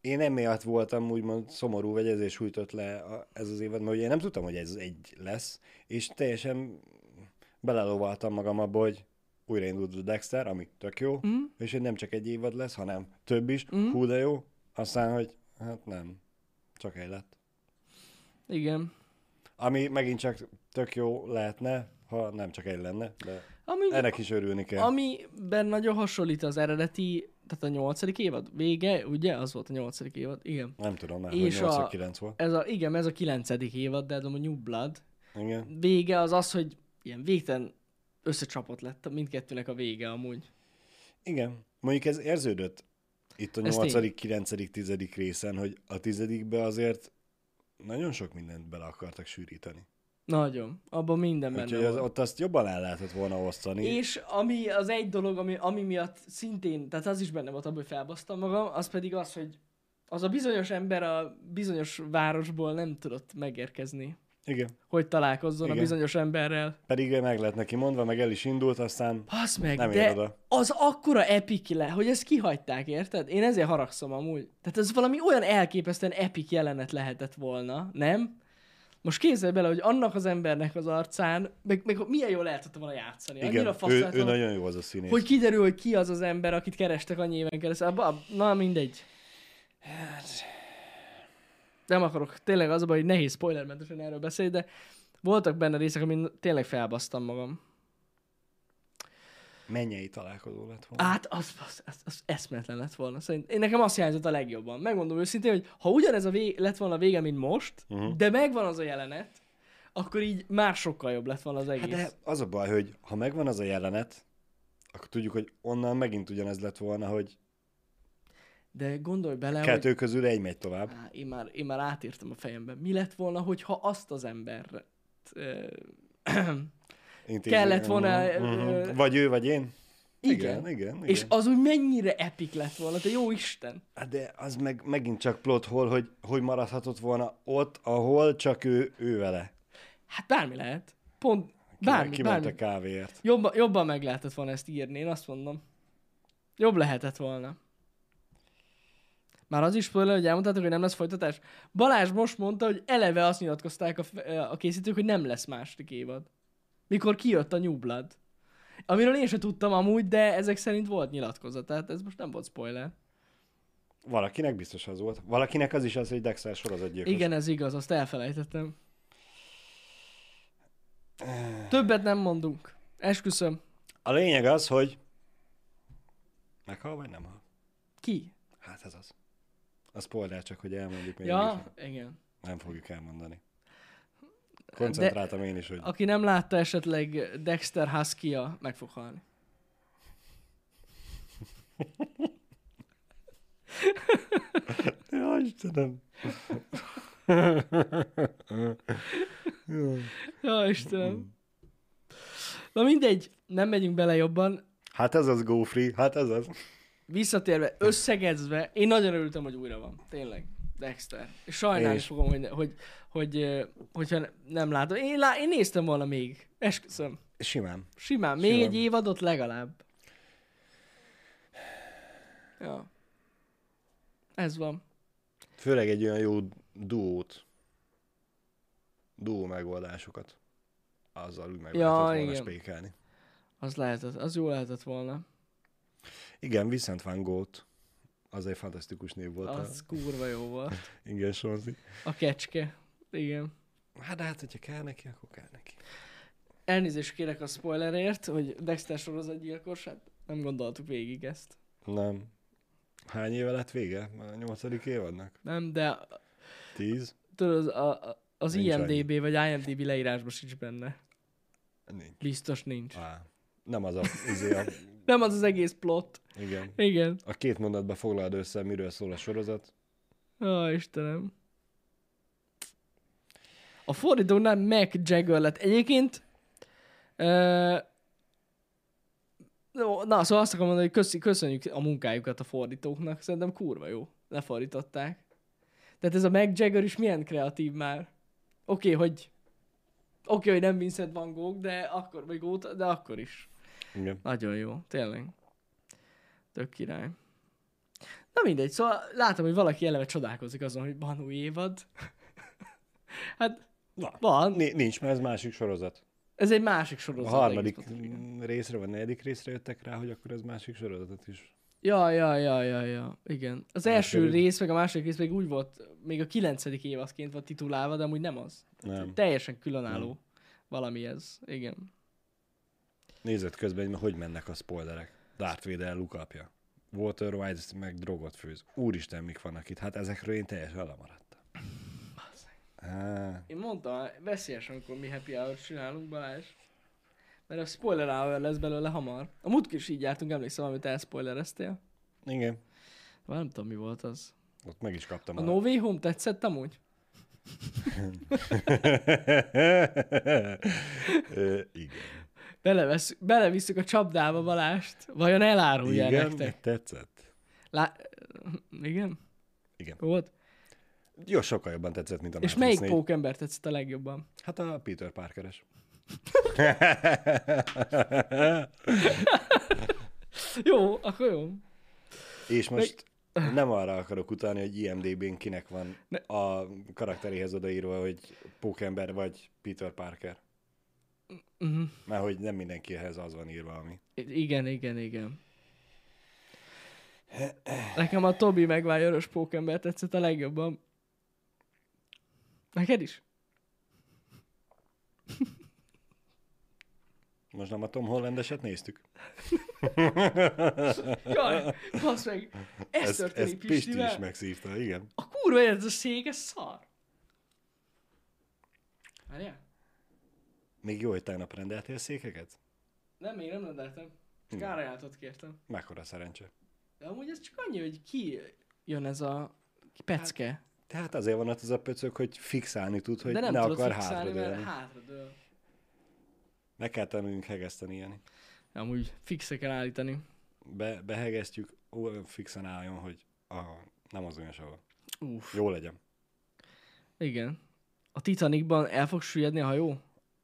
Speaker 2: én emiatt voltam úgymond szomorú, vagy ezért sújtott le ez az évad, mert ugye én nem tudtam, hogy ez egy lesz, és teljesen belelovaltam magam abba, hogy újraindult a Dexter, ami tök jó, és hogy nem csak egy évad lesz, hanem több is, hú de jó, aztán, hogy hát nem, csak egy lett.
Speaker 1: Igen.
Speaker 2: Ami megint csak tök jó lehetne, ha nem csak egy lenne, de
Speaker 1: Ami,
Speaker 2: ennek is örülni kell.
Speaker 1: amiben nagyon hasonlít az eredeti, tehát a 8. évad vége, ugye? Az volt a 8. évad, igen.
Speaker 2: Nem tudom már,
Speaker 1: És
Speaker 2: hogy 8-9 volt.
Speaker 1: Igen, ez a 9. évad, de ez a New Blood.
Speaker 2: Igen.
Speaker 1: Vége az, hogy ilyen végtelen összecsapott lett mindkettőnek a vége amúgy.
Speaker 2: Igen. Mondjuk ez érződött itt a
Speaker 1: Ez
Speaker 2: 8., 9., 10. részen, hogy a 10-be azért nagyon sok mindent bele akartak sűríteni.
Speaker 1: Nagyon. Abban minden benne
Speaker 2: Úgyhogy
Speaker 1: volt.
Speaker 2: ott azt jobban el lehetett volna osztani.
Speaker 1: És ami az egy dolog, ami miatt szintén, tehát az is benne volt abban, hogy felbasztam magam, az pedig az, hogy az a bizonyos ember a bizonyos városból nem tudott megérkezni.
Speaker 2: Igen.
Speaker 1: Hogy találkozzon
Speaker 2: Igen.
Speaker 1: a bizonyos emberrel.
Speaker 2: Pedig meg lett neki mondva, meg el is indult, aztán
Speaker 1: Basz meg,
Speaker 2: nem ér
Speaker 1: de
Speaker 2: oda.
Speaker 1: az akkora epic le, hogy ezt kihagyták, érted? Én ezért haragszom amúgy. Tehát ez valami olyan elképesztően epic jelenet lehetett volna, nem? Most képzelj bele, hogy annak az embernek az arcán, meg milyen jól el tudta volna játszani.
Speaker 2: Igen,
Speaker 1: Annyira faszállt
Speaker 2: ő
Speaker 1: volna,
Speaker 2: nagyon jó az a színész.
Speaker 1: hogy kiderül, hogy ki az az ember, akit kerestek annyi éven keresztül. Na mindegy. Nem akarok, tényleg az a baj, hogy nehéz spoilermentesen erről beszélni, de voltak benne részek, amin tényleg felbasztam magam.
Speaker 2: Mennyei találkozó lett volna.
Speaker 1: Hát, az eszméletlen lett volna. Én nekem azt hiányzott a legjobban. Megmondom őszintén, hogy ha ugyanez lett volna a vége, mint most, de megvan az a jelenet, akkor így már sokkal jobb lett volna az egész.
Speaker 2: Hát de az a baj, hogy ha megvan az a jelenet, akkor tudjuk, hogy onnan megint ugyanez lett volna, hogy
Speaker 1: De gondolj bele,
Speaker 2: kettő közül egy megy tovább.
Speaker 1: én már átírtam a fejemben. Mi lett volna, hogyha azt az embert kellett volna...
Speaker 2: Vagy ő, vagy én.
Speaker 1: Igen.
Speaker 2: Igen.
Speaker 1: És az úgy mennyire epic lett volna, de jó Isten.
Speaker 2: Hát de az megint csak plot hole, hogy maradhatott volna ott, ahol csak ő vele.
Speaker 1: Hát bármi lehet. Pont bármi.
Speaker 2: Kiment a kávéért.
Speaker 1: Jobban meg lehetett volna ezt írni, én azt mondom. Jobb lehetett volna. Már az is spoiler, hogy elmondtátok, hogy nem lesz folytatás. Balázs most mondta, hogy eleve azt nyilatkozták a készítők, hogy nem lesz második évad. Mikor kijött a New Blood. Amiről én sem tudtam amúgy, de ezek szerint volt nyilatkozat, tehát ez most nem volt spoiler.
Speaker 2: Valakinek biztos az volt. Valakinek az is az, hogy Dexter sorozatgyilkos.
Speaker 1: Igen, ez igaz, azt elfelejtettem. Többet nem mondunk. Esküszöm.
Speaker 2: A lényeg az, hogy meghal vagy nem hal?
Speaker 1: Ki?
Speaker 2: Hát ez az. A spoiler csak, hogy elmondjuk még.
Speaker 1: Ja, igen.
Speaker 2: Nem fogjuk elmondani. Koncentráltam én is, hogy...
Speaker 1: Aki nem látta esetleg Dexter Husky-ja, meg fog halni.
Speaker 2: Ja, Istenem.
Speaker 1: Ja, Istenem. Na mindegy, nem megyünk bele jobban.
Speaker 2: Hát ez az Go Free, hát ez az.
Speaker 1: Visszatérve, összegezve, én nagyon örültem, hogy újra van. Tényleg. Dexter. És sajnálni fogom, hogyha nem látom. Én néztem volna még. Esküszöm.
Speaker 2: Simán.
Speaker 1: Még egy évadot legalább. Ja. Ez van.
Speaker 2: Főleg egy olyan jó duó megoldásokat. Azzal úgy meg lehetett volna spékelni.
Speaker 1: Az jó lehetett volna.
Speaker 2: Igen, Vincent van Gogh. Az egy fantasztikus név volt.
Speaker 1: Az kurva jó volt.
Speaker 2: Igen, Sonzi.
Speaker 1: A kecske. Igen.
Speaker 2: Hát, hogyha kell neki, akkor kell neki.
Speaker 1: Elnézést kérek a spoilerért, hogy Dexter sorozatgyilkos, hát nem gondoltuk végig ezt.
Speaker 2: Nem. Hány éve lett vége? A 8. évadnak?
Speaker 1: Nem, de
Speaker 2: 10?
Speaker 1: tudod, az
Speaker 2: Nincs
Speaker 1: IMDB vagy IMDB leírásban sincs benne.
Speaker 2: Nincs.
Speaker 1: Biztos nincs.
Speaker 2: Nem az a
Speaker 1: Nem az egész plot.
Speaker 2: Igen.
Speaker 1: Igen.
Speaker 2: A 2 mondatba foglald össze, miről szól a sorozat.
Speaker 1: Ó, Istenem. A fordítónál Mac Jagger lett. Egyébként szóval azt akarom mondani, hogy köszönjük a munkájukat a fordítóknak. Szerintem kurva jó. Lefordították. Tehát ez a Mac Jagger is milyen kreatív már. Oké, hogy nem Vincent van Gogh, de akkor is.
Speaker 2: Igen.
Speaker 1: Nagyon jó, tényleg. Tök király. Na mindegy, szóval látom, hogy valaki eleve csodálkozik azon, hogy van új évad. Hát van.
Speaker 2: Nincs, mert ez másik sorozat.
Speaker 1: Ez egy másik
Speaker 2: A
Speaker 1: sorozat.
Speaker 2: harmadik
Speaker 1: egész pontosan, igen.
Speaker 2: részre, vagy negyedik részre jöttek rá, hogy akkor ez másik sorozatot is.
Speaker 1: Ja. Igen. Az első
Speaker 2: Második.
Speaker 1: rész, meg a második rész még úgy volt, még a 9. évadként volt titulálva, de amúgy nem az.
Speaker 2: Nem.
Speaker 1: Teljesen különálló valami ez. Igen.
Speaker 2: Nézett közben, hogy mennek a spoilerek. Darth Vader Luke apja. Walter White meg drogot főz. Úristen, mik vannak itt. Hát ezekről én teljesen lemaradtam.
Speaker 1: Én mondtam, veszélyes, amikor mi happy hour csinálunk, Balázs. Mert a spoiler hour lesz belőle hamar. A múltkor is így jártunk, emlékszem, amit elspoilereztél.
Speaker 2: Igen.
Speaker 1: Már nem tudom, mi volt az.
Speaker 2: Ott meg is kaptam.
Speaker 1: A No Way Home tetszett amúgy?
Speaker 2: Igen.
Speaker 1: Belevisszük a csapdába Balást. Vajon elárulja
Speaker 2: Igen,
Speaker 1: nektek?
Speaker 2: tetszett.
Speaker 1: Igen?
Speaker 2: Igen.
Speaker 1: Volt?
Speaker 2: Jó, sokkal jobban tetszett, mint a
Speaker 1: És
Speaker 2: Matrix
Speaker 1: melyik
Speaker 2: 4.
Speaker 1: pókember tetszett a legjobban?
Speaker 2: Hát a Peter Parkeres.
Speaker 1: Jó, akkor jó.
Speaker 2: És most nem arra akarok utalni, hogy IMDb-n kinek van a karakteréhez odaírva, hogy pókember vagy Peter Parker.
Speaker 1: Uh-huh.
Speaker 2: Mert hogy nem mindenkihez az van írva, ami.
Speaker 1: Igen. Nekem a Tobey Maguire-os pókember tetszett a legjobban. Neked is?
Speaker 2: Most nem a Tom Hollandeset néztük?
Speaker 1: Jaj, bassz meg, ez történik
Speaker 2: Pisti is
Speaker 1: Pistivel.
Speaker 2: megszívta, igen.
Speaker 1: A kurva ez a szék, ez szar. Várjál?
Speaker 2: Még jó, hogy tegnap rendeltél székeket?
Speaker 1: Nem, még nem rendeltem. Csak
Speaker 2: Igen.
Speaker 1: árajánlatot kértem.
Speaker 2: Mekkora szerencse.
Speaker 1: De amúgy ez csak annyi, hogy ki jön ez a pecke.
Speaker 2: Tehát azért van ott az a pöcök, hogy fixálni tud, hogy
Speaker 1: De nem
Speaker 2: ne
Speaker 1: tudod
Speaker 2: akar
Speaker 1: fixálni, mert
Speaker 2: hátradőlni.
Speaker 1: hátradől.
Speaker 2: Meg kell tanulnunk hegeszteni ilyen.
Speaker 1: Amúgy fixe kell állítani.
Speaker 2: Behegesztjük, olyan fixen álljon, hogy nem az olyan sehol.
Speaker 1: Uff.
Speaker 2: Jó legyen.
Speaker 1: Igen. A Titanicban el fog süllyedni a hajó?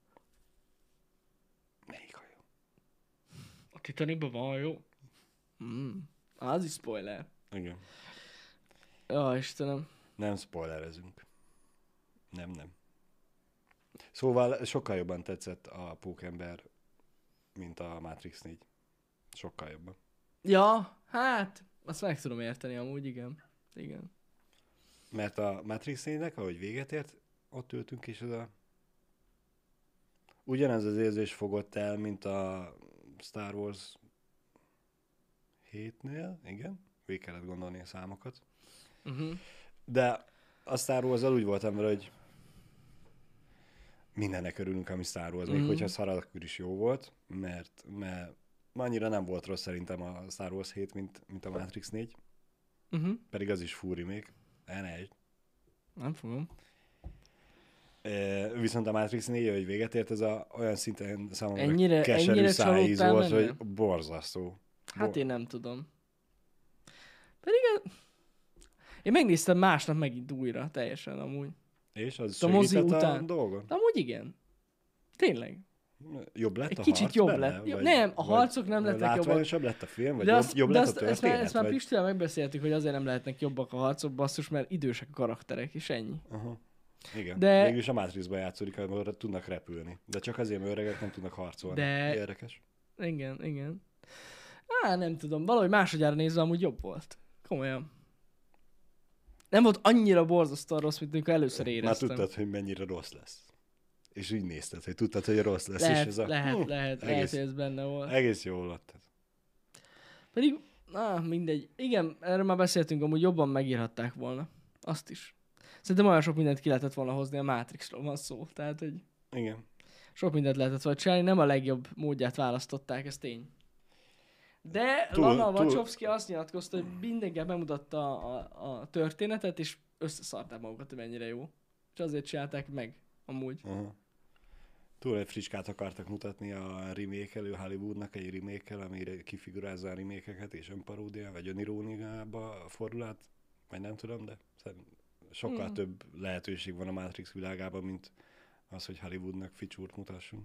Speaker 2: Melyik hajó?
Speaker 1: A Titanicban van hajó? Az is spoiler.
Speaker 2: Igen.
Speaker 1: Ja, Istenem.
Speaker 2: Nem spoilerezünk. Nem. Szóval sokkal jobban tetszett a Pókember, mint a Matrix 4. Sokkal jobban.
Speaker 1: Ja, hát, azt meg tudom érteni amúgy, igen.
Speaker 2: Mert a Matrix 4-nek, ahogy véget ért, ott ültünk és ez a... Ugyanez az érzés fogott el, mint a Star Wars 7-nél, igen, végig kellett gondolni a számokat.
Speaker 1: Uh-huh.
Speaker 2: De a Star Wars-al úgy voltam vele, hogy mindennek örülünk, ami Star Wars, még hogyha szar, akkor is jó volt, mert annyira nem volt rossz szerintem a Star Wars 7, mint a Matrix 4, pedig az is fúri még.
Speaker 1: Nem fogom.
Speaker 2: Viszont a Matrix 4, hogy véget ért, ez olyan szinten számomra
Speaker 1: Ennyire
Speaker 2: keserű szájíz
Speaker 1: csalódtál
Speaker 2: volt,
Speaker 1: benne?
Speaker 2: hogy borzasztó.
Speaker 1: Hát én nem tudom. Pedig én megnéztem másnap megint újra, teljesen amúgy.
Speaker 2: És az
Speaker 1: A mozi
Speaker 2: segített a
Speaker 1: után.
Speaker 2: dolgon?
Speaker 1: De amúgy igen. Tényleg.
Speaker 2: Jobb lett
Speaker 1: Egy
Speaker 2: a
Speaker 1: kicsit
Speaker 2: harc
Speaker 1: jobb
Speaker 2: benne?
Speaker 1: lett. Nem, a harcok nem lettek jobbak.
Speaker 2: Látványosabb lett a film? Vagy
Speaker 1: De
Speaker 2: jobb lett a történet?
Speaker 1: ezt már
Speaker 2: vagy...
Speaker 1: Pistivel megbeszéltük, hogy azért nem lehetnek jobbak a harcok, basszus, mert idősek a karakterek, és ennyi.
Speaker 2: Aha. Igen.
Speaker 1: De-
Speaker 2: Végülis a Matrixban játszódik, amikor tudnak repülni. De csak azért, mert öregek nem tudnak harcolni.
Speaker 1: De-
Speaker 2: Érdekes.
Speaker 1: Igen. Nem tudom, valahogy másodjára nézve amúgy jobb volt. Komolyan. Nem volt annyira borzasztóan rossz, mint amikor először
Speaker 2: Már
Speaker 1: éreztem.
Speaker 2: tudtad, hogy mennyire rossz lesz. És így nézted, hogy tudtad, hogy rossz lesz.
Speaker 1: Lehet,
Speaker 2: és ez a...
Speaker 1: lehet,
Speaker 2: egész,
Speaker 1: hogy ez benne volt.
Speaker 2: egész jól lett.
Speaker 1: Pedig, mindegy. Igen, erről már beszéltünk, amúgy jobban megírhatták volna. Azt is. Szerintem olyan sok mindent ki lehetett volna hozni, a Matrixról van szó. Tehát, hogy
Speaker 2: Igen.
Speaker 1: sok mindent lehetett volna csinálni, nem a legjobb módját választották, ez tény. De Lana Wachowski azt nyilatkozta, hogy mindenki bemutatta a történetet, és összeszarták magukat, hogy mennyire jó. És azért csinálták meg, amúgy.
Speaker 2: Aha. Túl egy fricskát akartak mutatni a remake-elő Hollywoodnak egy remake-el, amire kifigurázza a remake-eket, és önparódia, vagy öniróniába fordul át, vagy nem tudom, de sokkal több lehetőség van a Matrix világában, mint az, hogy Hollywoodnak feature-t mutassunk.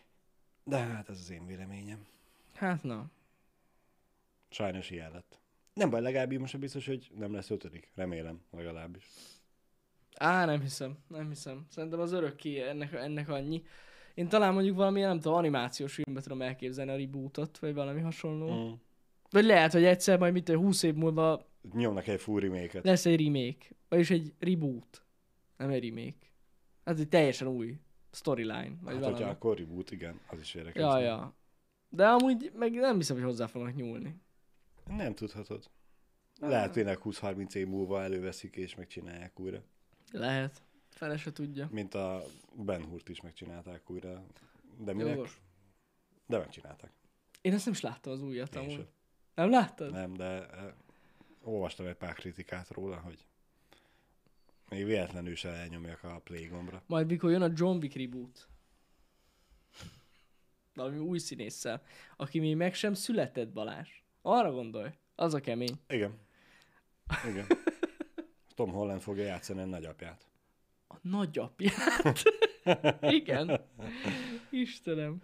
Speaker 2: De hát ez az én véleményem.
Speaker 1: Hát na.
Speaker 2: Sajnos ilyen lett. Nem baj, legalább most biztos, hogy nem lesz 5. Remélem, legalábbis.
Speaker 1: Nem hiszem. Szerintem az örökké ennek annyi. Én talán mondjuk valami, nem tudom, animációs filmbe tudom elképzelni a rebootot, vagy valami hasonló.
Speaker 2: Mm.
Speaker 1: Vagy lehet, hogy egyszer majd 20 év múlva
Speaker 2: Nyomnak egy full remake-et.
Speaker 1: lesz egy remake. Vagyis egy reboot. Nem egy remake. Ez egy teljesen új storyline. Vagy
Speaker 2: Hát,
Speaker 1: valami.
Speaker 2: hogyha akkor reboot, igen, az is érdekes.
Speaker 1: Ja. De amúgy meg nem hiszem, hogy hozzá fognak nyúlni.
Speaker 2: Nem tudhatod. Lehet tényleg 20-30 év múlva előveszik és megcsinálják újra.
Speaker 1: Lehet. Fele se tudja.
Speaker 2: Mint a Ben Hurt is megcsinálták újra. De minek?
Speaker 1: Jogos.
Speaker 2: De megcsinálták.
Speaker 1: Én ezt nem is láttam az újat
Speaker 2: Én
Speaker 1: amúgy.
Speaker 2: sem.
Speaker 1: Nem láttad?
Speaker 2: Nem, de olvastam egy pár kritikát róla, hogy még véletlenül se elnyomjak a play gombra.
Speaker 1: Majd mikor jön a John Wick reboot. Valami új színésszel, aki még meg sem született, Balázs. Arra gondolj. Az a kemény.
Speaker 2: Igen. Tom Holland fogja játszani a nagyapját.
Speaker 1: A nagyapját. Igen. Istenem.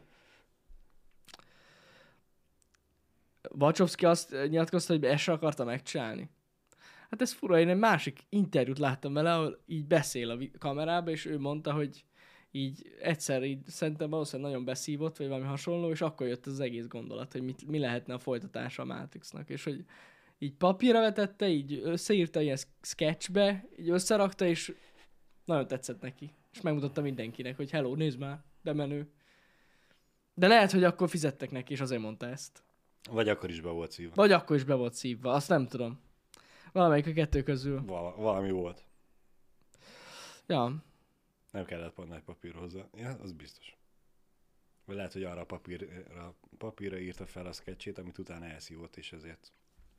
Speaker 1: Wachowski azt nyilatkozta, hogy ezt se akarta megcsinálni. Hát ez fura, én egy másik interjút láttam vele, ahol így beszél a kamerába, és ő mondta, hogy így egyszer így szerintem valószínűleg nagyon beszívott, vagy valami hasonló, és akkor jött az egész gondolat, hogy mi lehetne a folytatása a Matrixnak, és hogy így papírra vetette, így összeírta ilyen sketchbe, így összerakta, és nagyon tetszett neki. És megmutatta mindenkinek, hogy hello, nézd már, de menő. De lehet, hogy akkor fizettek neki, és azért mondta ezt.
Speaker 2: Vagy akkor is be volt szívva.
Speaker 1: Vagy akkor is be volt szívva, azt nem tudom. Valamelyik a kettő közül.
Speaker 2: Valami volt.
Speaker 1: Ja.
Speaker 2: Nem kellett pont nagy papír hozzá. Ja, az biztos. Vagy lehet, hogy arra a papírra írta fel a sketchét, amit utána elszívott, és ezért...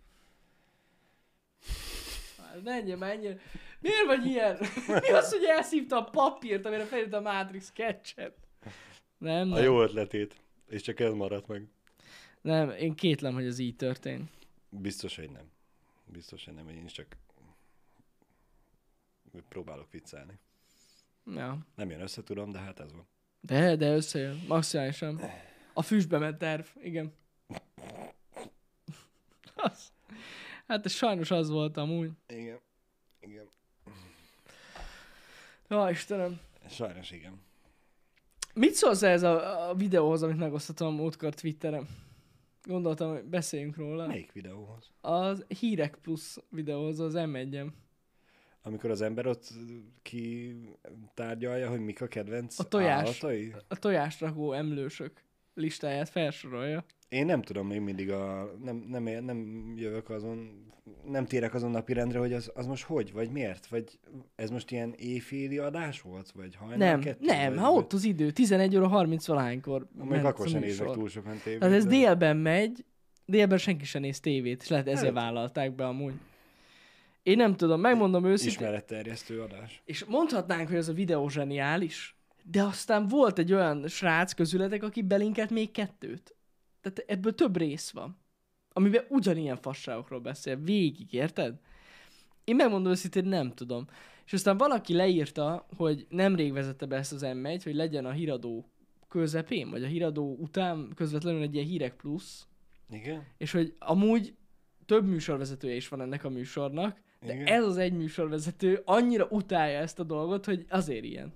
Speaker 1: Menjen. Miért vagy ilyen? Mi az, hogy elszívta a papírt, amire felírta a Matrix sketchet? Nem.
Speaker 2: A jó ötletét. És csak ez maradt meg.
Speaker 1: Nem, én kétlem, hogy ez így történt.
Speaker 2: Biztos, hogy nem. Én is csak próbálok viccelni.
Speaker 1: Ja.
Speaker 2: Nem jön össze, tudom, de hát ez van.
Speaker 1: De összejön. Maximálisan. A füstbe ment terv. Igen. Hát ez sajnos az volt amúgy.
Speaker 2: Igen.
Speaker 1: Ja, Istenem.
Speaker 2: Sajnos igen.
Speaker 1: Mit szólsz ez a videóhoz, amit megosztottam múltkor Twitteren? Gondoltam, hogy beszéljünk róla.
Speaker 2: Melyik videóhoz?
Speaker 1: Az Hírek Plusz videóhoz, az M1-em.
Speaker 2: Amikor az ember ott ki tárgyalja, hogy mik a kedvenc
Speaker 1: A tojás.
Speaker 2: állatai?
Speaker 1: A tojásrakó emlősök listáját felsorolja.
Speaker 2: Én nem tudom még mindig nem jövök azon, nem térek azon napirendre, hogy az most hogy, vagy miért? Vagy ez most ilyen éjféli adás volt? Vagy hajnal kettő?
Speaker 1: Nem,
Speaker 2: vagy,
Speaker 1: ha ott az idő, 11 óra 30 valahánykor.
Speaker 2: Még akkor sem nézek túl sokan tévét.
Speaker 1: Tehát ez délben megy, délben senki sem néz tévét, és lehet ezért
Speaker 2: Hát.
Speaker 1: vállalták be amúgy. Én nem tudom, megmondom őszintén.
Speaker 2: Ismeretterjesztő adás.
Speaker 1: És mondhatnánk, hogy ez a videó zseniális, de aztán volt egy olyan srác közületek, aki belinkelt még 2. Tehát ebből több rész van, amiben ugyanilyen fasságokról beszél, végig, érted? Én megmondom őszintén, nem tudom. És aztán valaki leírta, hogy nemrég vezette be ezt az M1, hogy legyen a híradó közepén, vagy a híradó után közvetlenül egy ilyen Hírek Plusz,
Speaker 2: Igen?
Speaker 1: és hogy amúgy több műsorvezetője is van ennek a műsornak, de
Speaker 2: Igen.
Speaker 1: ez az egy műsorvezető annyira utálja ezt a dolgot, hogy azért ilyen.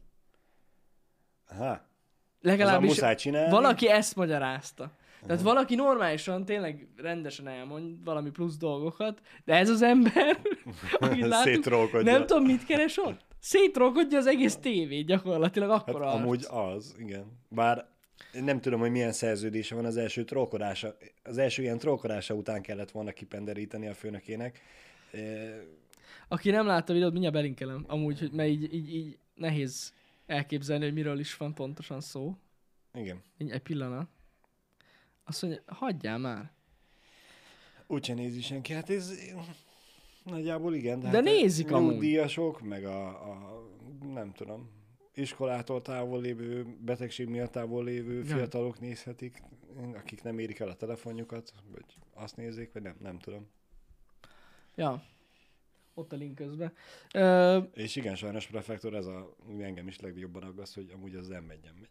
Speaker 2: Aha.
Speaker 1: Legalábbis
Speaker 2: muszáj csinálni.
Speaker 1: valaki ezt magyarázta. Tehát valaki normálisan, tényleg rendesen elmond valami plusz dolgokat, de ez az ember, akit látunk,
Speaker 2: Szétrókodja.
Speaker 1: nem tudom, mit keres ott. Szétrókodja az egész tévét gyakorlatilag,
Speaker 2: Hát
Speaker 1: akkora
Speaker 2: amúgy
Speaker 1: arc.
Speaker 2: az, igen. Bár nem tudom, hogy milyen szerződése van az első ilyen trollkodása után kellett volna kipenderíteni a főnökének.
Speaker 1: Aki nem látta a videót, mindjárt belinkelem. Amúgy, hogy mert így nehéz elképzelni, hogy miről is van pontosan szó.
Speaker 2: Igen.
Speaker 1: Egy pillanat. Azt mondja, hagyjál már.
Speaker 2: Úgyse nézi senki. Hát ez nagyjából igen.
Speaker 1: De
Speaker 2: hát
Speaker 1: nézik
Speaker 2: a
Speaker 1: amúgy.
Speaker 2: nyugdíjasok, meg a nem tudom, iskolától távol lévő, betegség miatt távol lévő fiatalok nézhetik, akik nem érik el a telefonjukat, vagy azt nézzék, vagy nem tudom.
Speaker 1: Ja. Ott a link közben.
Speaker 2: És igen, sajnos prefektor, ez ami engem is legjobban aggaszt, hogy amúgy az M1-en megy.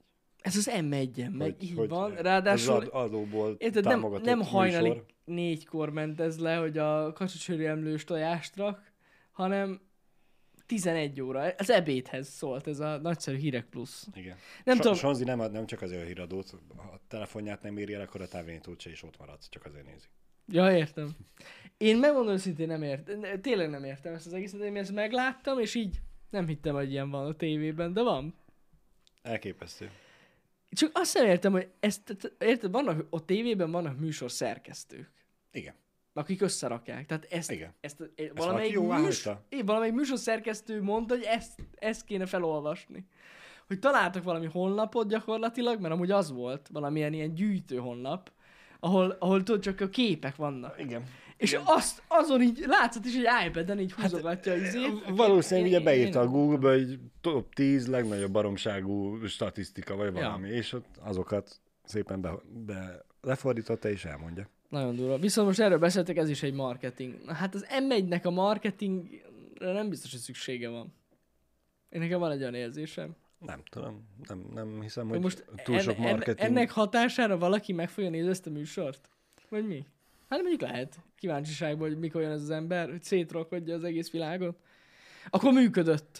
Speaker 1: Ez az M1-en megy, így van.
Speaker 2: Ez
Speaker 1: Ráadásul,
Speaker 2: az adóból
Speaker 1: érted,
Speaker 2: támogatott
Speaker 1: nem hajnali
Speaker 2: műsor.
Speaker 1: 4-kor ment ez le, hogy a kacsacsőri emlős tojást rak, hanem 11 óra. Az ebédhez szólt ez a nagyszerű Hírek Plusz.
Speaker 2: Igen.
Speaker 1: Nem tudom,
Speaker 2: Sonzi nem csak azért a híradót, ha a telefonját nem írja, akkor a távirányítót se is ott maradsz, csak azért nézi.
Speaker 1: ja, értem. Én megmondom őszintén nem értem, tényleg nem értem ezt az egészet, én ezt megláttam, és így nem hittem, hogy ilyen van a tévében, de van.
Speaker 2: Elképesztő.
Speaker 1: Csak azt nem értem, hogy érted, vannak, a tévében vannak műsor szerkesztők,
Speaker 2: Igen.
Speaker 1: akik összerakják. Tehát
Speaker 2: Igen.
Speaker 1: valamelyik,
Speaker 2: valaki jóvá hagyta?
Speaker 1: valamelyik műsor szerkesztő mondta, hogy ezt kéne felolvasni. Hogy találtak valami honlapot gyakorlatilag, mert amúgy az volt, valamilyen ilyen gyűjtő honlap, ahol tudod, csak a képek vannak.
Speaker 2: Igen.
Speaker 1: És azon így látszott is, hogy iPad-en így húzogatja az izét.
Speaker 2: Valószínűleg ugye beírta a Google-be, hogy top 10 legnagyobb baromságú statisztika, vagy valami, és ott azokat szépen lefordította és elmondja.
Speaker 1: Nagyon durva. Viszont most erről beszéltek, ez is egy marketing. Na, hát az M1-nek a marketingre nem biztos, hogy szüksége van. Én nekem van egy olyan érzésem.
Speaker 2: Nem tudom, nem hiszem, hogy
Speaker 1: Most
Speaker 2: túl sok marketing.
Speaker 1: ennek hatására valaki meg fogja nézni ezt a műsort? Vagy mi? Hát mondjuk lehet. Kíváncsiságban, hogy mikor jön ez az ember, hogy szétrolkodja az egész világot. Akkor működött.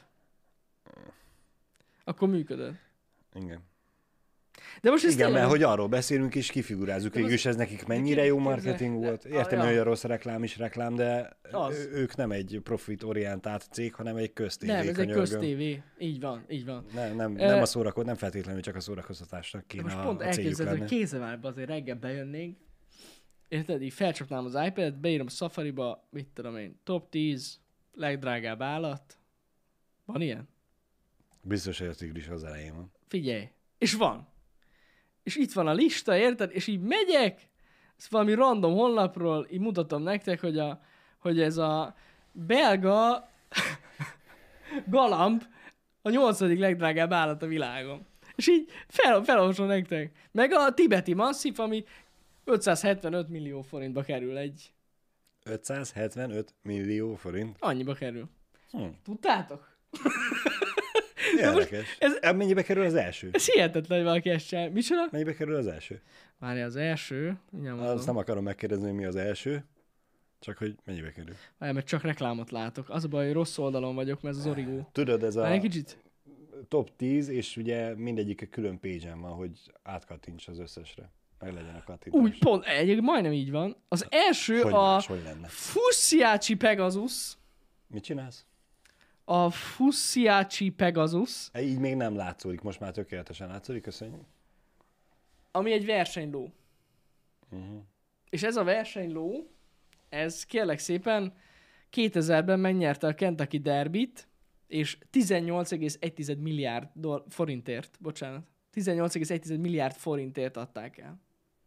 Speaker 2: Igen.
Speaker 1: De most ez
Speaker 2: Igen,
Speaker 1: tényleg...
Speaker 2: mert hogy arról beszélünk és kifigurázzuk végül is ez nekik mennyire jó marketing volt. Értem, hogy a rossz reklám is reklám, de ők nem egy profitorientált cég, hanem egy köztévé.
Speaker 1: Nem, ez egy köztévé. Így van.
Speaker 2: Nem nem feltétlenül csak a szórakoztatásnak kéne
Speaker 1: most pont
Speaker 2: a céljuk
Speaker 1: elképzeled,
Speaker 2: lenni.
Speaker 1: hogy kézevárba azért reggel bejönnénk, érted, így felcsapnám az iPad-et, beírom a Safari-ba, mit tudom én, top 10 legdrágább állat. Van ilyen?
Speaker 2: Biztos, hogy a tigris az elején van.
Speaker 1: Figyelj. És van. És itt van a lista, érted? És így megyek, ezt valami random honlapról, így mutatom nektek, hogy ez a belga galamb a 8. legdrágább állat a világon. És így felolvasom nektek. Meg a tibeti masszív, ami 575 millió forintba kerül egy.
Speaker 2: 575 millió forint.
Speaker 1: Annyiba kerül. Tudtátok?
Speaker 2: Érdekes. Mennyibe kerül az első?
Speaker 1: Ez hihetetlen, hogy valaki ezt csinál. Micsoda?
Speaker 2: Mennyibe kerül az első?
Speaker 1: Várja, az első.
Speaker 2: Azt nem akarom megkérdezni, hogy mi az első. Csak hogy mennyibe kerül.
Speaker 1: Várja, mert csak reklámot látok. Az a baj, hogy rossz oldalon vagyok, mert ez az origó.
Speaker 2: Tudod, ez
Speaker 1: Várj,
Speaker 2: a
Speaker 1: kicsit.
Speaker 2: top 10, és ugye mindegyik külön page-en van, hogy átkattints az összesre. Meg legyen a kattintás.
Speaker 1: Úgy, pont, egyébként majdnem így van. Az első
Speaker 2: Hogy
Speaker 1: a
Speaker 2: máshogy lenne?
Speaker 1: Fussiaci Pegasus.
Speaker 2: Mit csinálsz?
Speaker 1: A Fussiaci Pegasus,
Speaker 2: Így még nem látszódik, most már tökéletesen látszódik, köszönjük.
Speaker 1: ami egy versenyló. És ez a versenyló, ez kérlek szépen 2000-ben megnyerte a Kentucky Derbyt, és 18,1 milliárd forintért, bocsánat, 18,1 milliárd forintért adták el.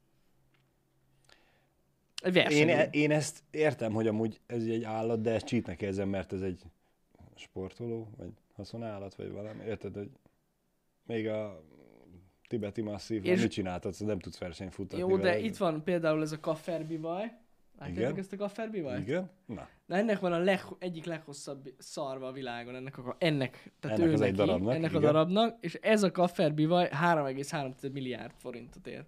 Speaker 1: Egy versenyló.
Speaker 2: Én ezt értem, hogy amúgy ez egy állat, de ezt cheatnek érzem, mert ez egy sportoló, vagy haszonállat, vagy valami. Érted, hogy még a tibeti masszívval mit csináltad, nem tudsz versenyt futtatni.
Speaker 1: Jó, de
Speaker 2: vele.
Speaker 1: itt van például ez a kafferbivaj. Látjátok ezt a kafferbivajt?
Speaker 2: Igen? Na.
Speaker 1: Na ennek van a egyik leghosszabb szarva a világon, ennek
Speaker 2: az egy darabnak,
Speaker 1: ennek
Speaker 2: igen.
Speaker 1: a darabnak, és ez a kafferbivaj 3,3 milliárd forintot ér.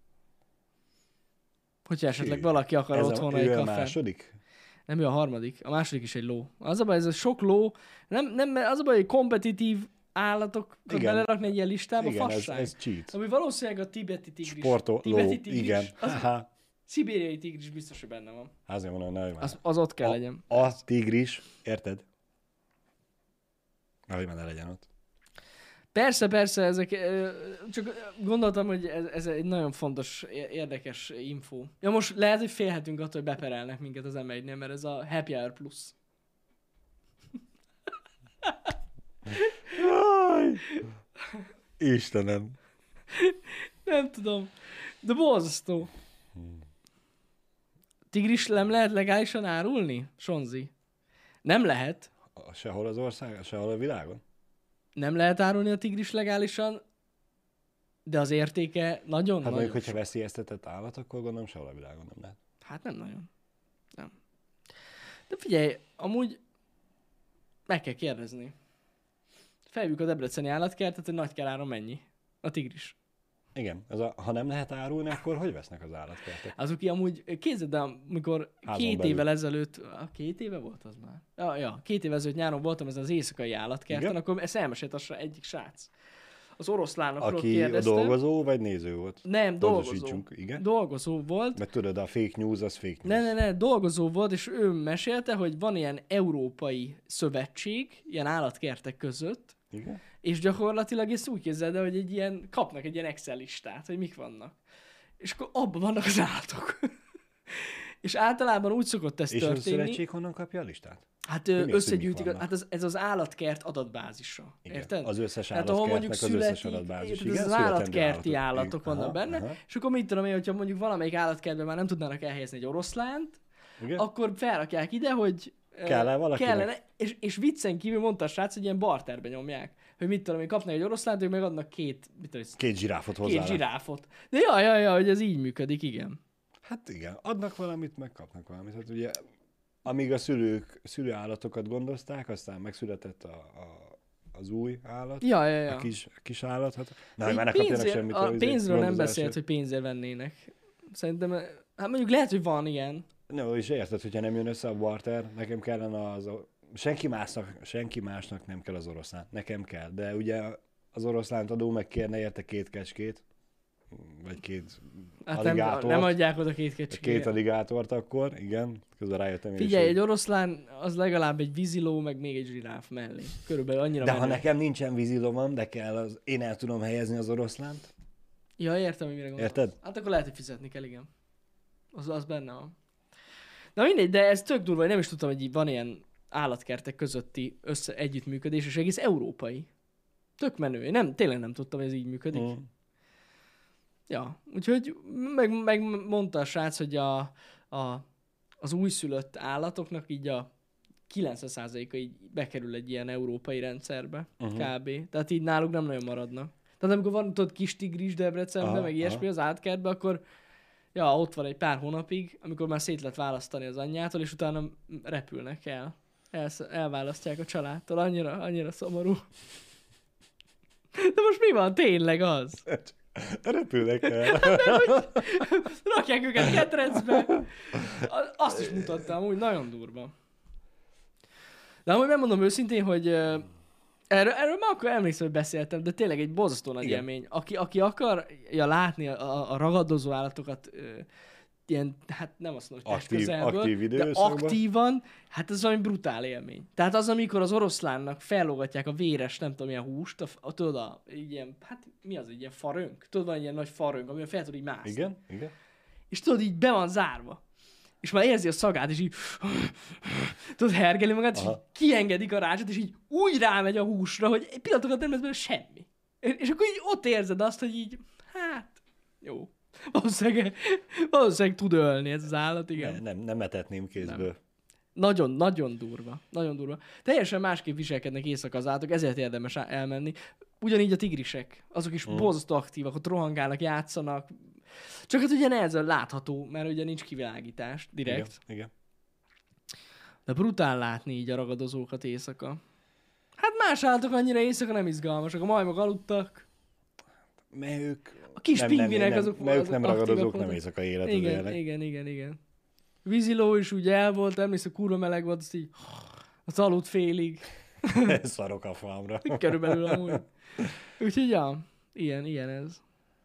Speaker 1: Hogyha esetleg valaki akar otthon egy
Speaker 2: ő a
Speaker 1: kaffert.
Speaker 2: második?
Speaker 1: Nem, ő a harmadik. A második is egy ló. Az a baj, ez a sok ló, nem az a baj, hogy kompetitív állatokat belerakni egy ilyen listába,
Speaker 2: igen,
Speaker 1: fasság.
Speaker 2: ez cheat.
Speaker 1: Ami valószínűleg a tibeti tigris.
Speaker 2: Sportoló, igen.
Speaker 1: Az szibériai tigris biztos, hogy benne van.
Speaker 2: Azért mondom, hogy
Speaker 1: Az ott kell legyen.
Speaker 2: A tigris, érted? Ahogy már ne legyen ott.
Speaker 1: Persze, ezek, csak gondoltam, hogy ez egy nagyon fontos, érdekes info. Ja, most lehet, hogy félhetünk attól, hogy beperelnek minket az M1-nél, mert ez a Happy Hour Plus.
Speaker 2: Istenem.
Speaker 1: Nem tudom. De borzasztó. Tigris nem lehet legálisan árulni? Sonzi. Nem lehet.
Speaker 2: Sehol az ország, sehol a világon?
Speaker 1: Nem lehet árulni a tigris legálisan, de az értéke nagyon
Speaker 2: Hát
Speaker 1: nagy.
Speaker 2: mondjuk, hogyha veszélyeztetett állat, akkor gondolom sehol a világon nem lehet.
Speaker 1: Hát nem nagyon. Nem. De figyelj, amúgy meg kell kérdezni. Felhívjuk a debreceni állatkertet, hogy Nagykeráron mennyi a tigris.
Speaker 2: Igen, ha nem lehet árulni, akkor hogy vesznek az állatkertek?
Speaker 1: Azok ki amúgy, képzeld el, amikor
Speaker 2: Házon
Speaker 1: 2
Speaker 2: belül.
Speaker 1: évvel ezelőtt, 2 éve volt az már? Ja, 2 évvel ezelőtt nyáron voltam ezen az éjszakai állatkerten,
Speaker 2: Igen?
Speaker 1: akkor ezt elmesélt egyik srác. Az oroszlánokról
Speaker 2: Aki a
Speaker 1: kérdeztem.
Speaker 2: dolgozó vagy néző volt?
Speaker 1: Nem, dolgozó.
Speaker 2: Pontosítsunk, igen.
Speaker 1: Dolgozó volt.
Speaker 2: Mert tudod, a fake news az fake news.
Speaker 1: Ne, dolgozó volt, és ő mesélte, hogy van ilyen európai szövetség, ilyen állatkertek között,
Speaker 2: Igen?
Speaker 1: és gyakorlatilag ezt úgy képzeld el, hogy kapnak egy ilyen Excel listát, hogy mik vannak. És akkor abban vannak az állatok. És általában úgy szokott ez
Speaker 2: És a
Speaker 1: történni.
Speaker 2: szövetség honnan kapja a listát?
Speaker 1: Hát
Speaker 2: Mi az, hogy
Speaker 1: összegyűjtik,
Speaker 2: mik vannak?
Speaker 1: hát ez az állatkert adatbázisa.
Speaker 2: Igen.
Speaker 1: Érted?
Speaker 2: Az összes
Speaker 1: Tehát ahol mondjuk
Speaker 2: állatkertnek az összes
Speaker 1: születik,
Speaker 2: adatbázis.
Speaker 1: érted,
Speaker 2: Igen,
Speaker 1: az
Speaker 2: születendő
Speaker 1: állatkerti állatok vannak
Speaker 2: Aha,
Speaker 1: benne,
Speaker 2: aha.
Speaker 1: és akkor mit tudom én, hogyha mondjuk valamelyik állatkertben már nem tudnának elhelyezni egy oroszlánt,
Speaker 2: Igen?
Speaker 1: akkor felrakják ide, hogy
Speaker 2: Kell-e valakinek?
Speaker 1: kellene, és viccen kívül mondta a srác, hogy ilyen barterbe nyomják. Hogy mit tudom én, kapnak egy oroszlánt, ők meg adnak
Speaker 2: Két zsiráfot hozzá.
Speaker 1: két zsiráfot. De ja, hogy ez így működik, igen.
Speaker 2: Hát igen, adnak valamit, meg kapnak valamit. Hát ugye, amíg a szülőállatokat gondozták, aztán megszületett az új állat,
Speaker 1: Ja.
Speaker 2: a kis állat. Hát, na,
Speaker 1: Így
Speaker 2: már ne kapjanak semmit.
Speaker 1: a pénzről nem
Speaker 2: gondozásért.
Speaker 1: beszélt, hogy pénzért vennének. Szerintem, hát mondjuk lehet, hogy van ilyen.
Speaker 2: No, és érted, hogyha nem jön össze a barter, nekem kellene senki másnak nem kell az oroszlán. Nekem kell, de ugye az oroszlánt adó meg kérne érte 2 kecskét, vagy 2
Speaker 1: Hát
Speaker 2: aligátort.
Speaker 1: nem adják oda 2
Speaker 2: 2
Speaker 1: kecskét.
Speaker 2: aligátort akkor, igen. Közben rájöttem én is,
Speaker 1: Figyelj,
Speaker 2: hogy-
Speaker 1: egy oroszlán az legalább egy víziló, meg még egy zsiráf mellé. Körülbelül annyira
Speaker 2: De ha
Speaker 1: menő.
Speaker 2: nekem nincsen vízilovam, de kell, én el tudom helyezni az oroszlánt.
Speaker 1: Ja, értem, hogy mire gondolsz.
Speaker 2: Érted?
Speaker 1: Hát akkor lehet, hogy fizetni kell, igen. Az benne van. Na mindegy, de ez tök durva, én nem is tudtam, hogy így van ilyen állatkertek közötti együttműködés, és egész európai. Tök menő. Én tényleg nem tudtam, hogy ez így működik.
Speaker 2: Mm.
Speaker 1: Ja, úgyhogy meg mondta a srác, hogy az újszülött állatoknak így a 90%-a így bekerül egy ilyen európai rendszerbe, kb. Tehát így náluk nem nagyon maradnak. Tehát amikor van, tudod, kis tigris Debrecenben,
Speaker 2: Aha,
Speaker 1: meg ilyesmi az állatkertben, akkor ja, ott van egy pár hónapig, amikor már szét lehet választani az anyjától, és utána repülnek el. Elválasztják a családtól. Annyira szomorú. De most mi van? Tényleg az?
Speaker 2: Repülnek el.
Speaker 1: Rakják őket ketrecbe. Azt is mutattam, úgy nagyon durva. De amúgy megmondom őszintén, hogy erről már akkor emlékszem, hogy beszéltem, de tényleg egy borzasztó nagy
Speaker 2: Igen.
Speaker 1: élmény. Aki akarja látni a ragadozó állatokat ilyen, hát nem azt mondom, hogy testközelből,
Speaker 2: aktív
Speaker 1: de
Speaker 2: időszakban.
Speaker 1: aktívan, hát ez valami brutál élmény. Tehát az, amikor az oroszlánnak fellógatják a véres, nem tudom, ilyen húst, tudod, így ilyen, hát mi az, egy ilyen farönk? Tudod, van egy ilyen nagy farönk, amivel fel tud így mászni.
Speaker 2: Igen.
Speaker 1: És tudod, így be van zárva. És már érzi a szagát, és így tudod, hergeli magát, és így kiengedik a rácsot, és így úgy rámegy a húsra, hogy egy pillanatokat nem lesz belőle semmi. És akkor így ott érzed azt, hogy így, hát, jó. Valószínűleg tud ölni ez az állat, igen.
Speaker 2: Nem etetném kézből.
Speaker 1: Nagyon durva. Nagyon durva. Teljesen másképp viselkednek éjszaka az állatok, ezért érdemes elmenni. Ugyanígy a tigrisek. Azok is borzasztó aktívak, ott rohangálnak, játszanak. Csak hát ugye nehezen látható, mert ugye nincs kivilágítás direkt.
Speaker 2: Igen.
Speaker 1: De brutál látni így a ragadozókat éjszaka. Hát más állatok annyira éjszaka nem izgalmasak. A majmok aludtak.
Speaker 2: Mert ők...
Speaker 1: A kis pingvinek azok
Speaker 2: mert ők
Speaker 1: azok
Speaker 2: nem
Speaker 1: aktívak
Speaker 2: ragadozók, nem
Speaker 1: voltak.
Speaker 2: éjszaka életet élnek.
Speaker 1: Igen. Víziló is úgy el volt, emlékszem, kurva meleg volt, azt így az aludt félig.
Speaker 2: Szarok a famra.
Speaker 1: Körülbelül amúgy. Úgyhogy ja, ilyen ez.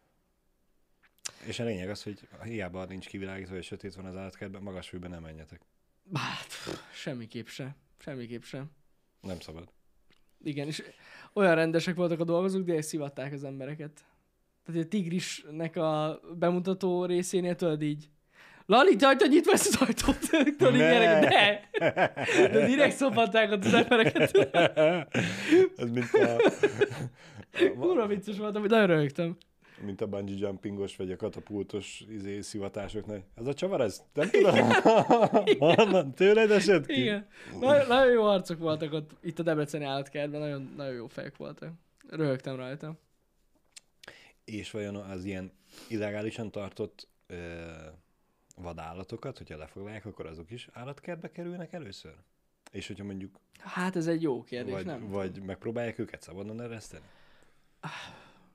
Speaker 2: És a lényeg az, hogy hiába nincs kivilágítva, hogy sötét van az állatkertben, magas fűben nem menjetek.
Speaker 1: Hát, semmiképp sem.
Speaker 2: Nem szabad.
Speaker 1: Igen, és olyan rendesek voltak a dolgozók, de szivatták az embereket. Tehát a tigrisnek a bemutató részénél tudod így, Lali, te hagyd nyitva ezt az ajtót! Tudod, így gyerek, ne! De direkt szopatták ott az embereket.
Speaker 2: Ez mint a...
Speaker 1: Kurva vicces volt, amit nagyon röhögtem.
Speaker 2: mint a bungee jumpingos, vagy a katapultos szivatásoknak. Ez a csavar, ez nem tudom. Honnan tőled esett ki?
Speaker 1: Igen. Nagyon jó arcok voltak ott, itt a Debreceni állatkertben, nagyon jó fejek voltak. Röhögtem rajta.
Speaker 2: És vajon az ilyen illegálisan tartott vadállatokat, hogyha lefoglalják, akkor azok is állatkertbe kerülnek először? És hogyha mondjuk...
Speaker 1: Hát ez egy jó kérdés, nem?
Speaker 2: Vagy megpróbálják őket szabadon ereszteni?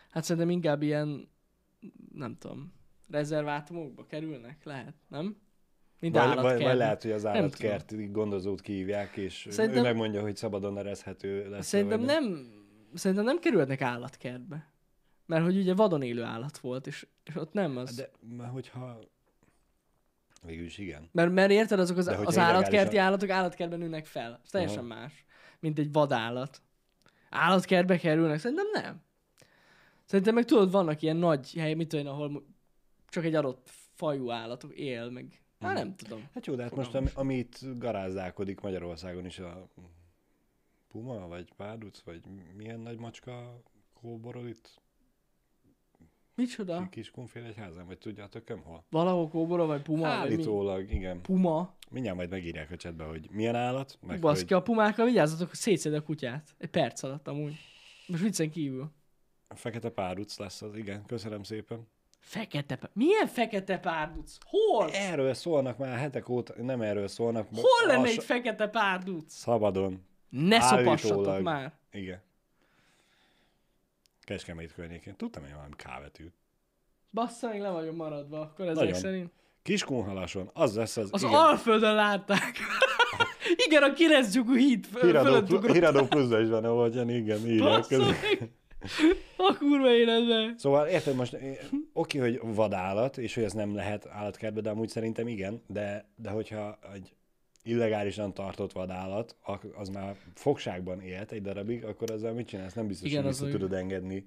Speaker 1: Hát szerintem inkább ilyen, nem tudom, rezervátumokba kerülnek, lehet, nem? Mint állatkert.
Speaker 2: Vagy lehet, hogy az
Speaker 1: Nem
Speaker 2: állatkert gondozót kihívják, és
Speaker 1: Szerintem-
Speaker 2: ő megmondja, hogy szabadon ereszthető lesz.
Speaker 1: Szerintem nem kerülhetnek állatkertbe. Mert hogy ugye vadon élő állat volt, és ott nem az.
Speaker 2: De hogyha... Végülis igen.
Speaker 1: Mert érted, azok
Speaker 2: De hogyha
Speaker 1: az állatkerti
Speaker 2: illegálisan-
Speaker 1: állatok állatkertben nőnek fel. Ez teljesen más, mint egy vadállat. Állatkertbe kerülnek? Szerintem nem. Szerintem meg tudod, vannak ilyen nagy helyek, mit tudom én, ahol csak egy adott fajú állatok él, meg... Hát nem tudom.
Speaker 2: Hát jó, de hát most ami itt garázdálkodik Magyarországon is a puma, vagy párduc, vagy milyen nagy macska kóborol itt?
Speaker 1: Micsoda?
Speaker 2: Kis kunfél egy házán, vagy tudjátok hol?
Speaker 1: Valahol kóbora, vagy puma, vagy mi?
Speaker 2: Állítólag, igen.
Speaker 1: Puma.
Speaker 2: Mindjárt majd megírják a chatbe, hogy milyen állat, meg
Speaker 1: Baszki,
Speaker 2: hogy
Speaker 1: a pumákkal vigyázzatok, hogy szétszed a kutyát. Egy perc alatt amúgy. Most viccen kívül.
Speaker 2: a fekete párduc lesz az, igen, köszönöm szépen.
Speaker 1: Milyen fekete párduc? Hol?
Speaker 2: Erről szólnak már hetek óta, nem erről szólnak.
Speaker 1: Hol lenne egy fekete párduc?
Speaker 2: Szabadon.
Speaker 1: Ne szopassatok
Speaker 2: Állítólag.
Speaker 1: már.
Speaker 2: Igen. Kecskemét környékén. Tudtam, hogy valami K-betű.
Speaker 1: Bassza, még le vagyok maradva, akkor ezek
Speaker 2: Nagyon.
Speaker 1: szerint.
Speaker 2: Kiskunhalason, az lesz az...
Speaker 1: Az
Speaker 2: igen.
Speaker 1: Alföldön látták. Igen, a 9 lyukú híd fölött ugrott.
Speaker 2: Híradó pluszban is van, ahogyan igen, írják.
Speaker 1: Bassza meg. A kurva életben.
Speaker 2: Szóval érted most, oké, hogy vadállat, és hogy ez nem lehet állatkertbe, de amúgy szerintem igen, de hogyha egy illegálisan tartott vadállat, az már fogságban élt egy darabig, akkor azzal mit csinálsz? Nem biztos,
Speaker 1: Igen,
Speaker 2: hogy
Speaker 1: az
Speaker 2: vissza
Speaker 1: úgy.
Speaker 2: tudod engedni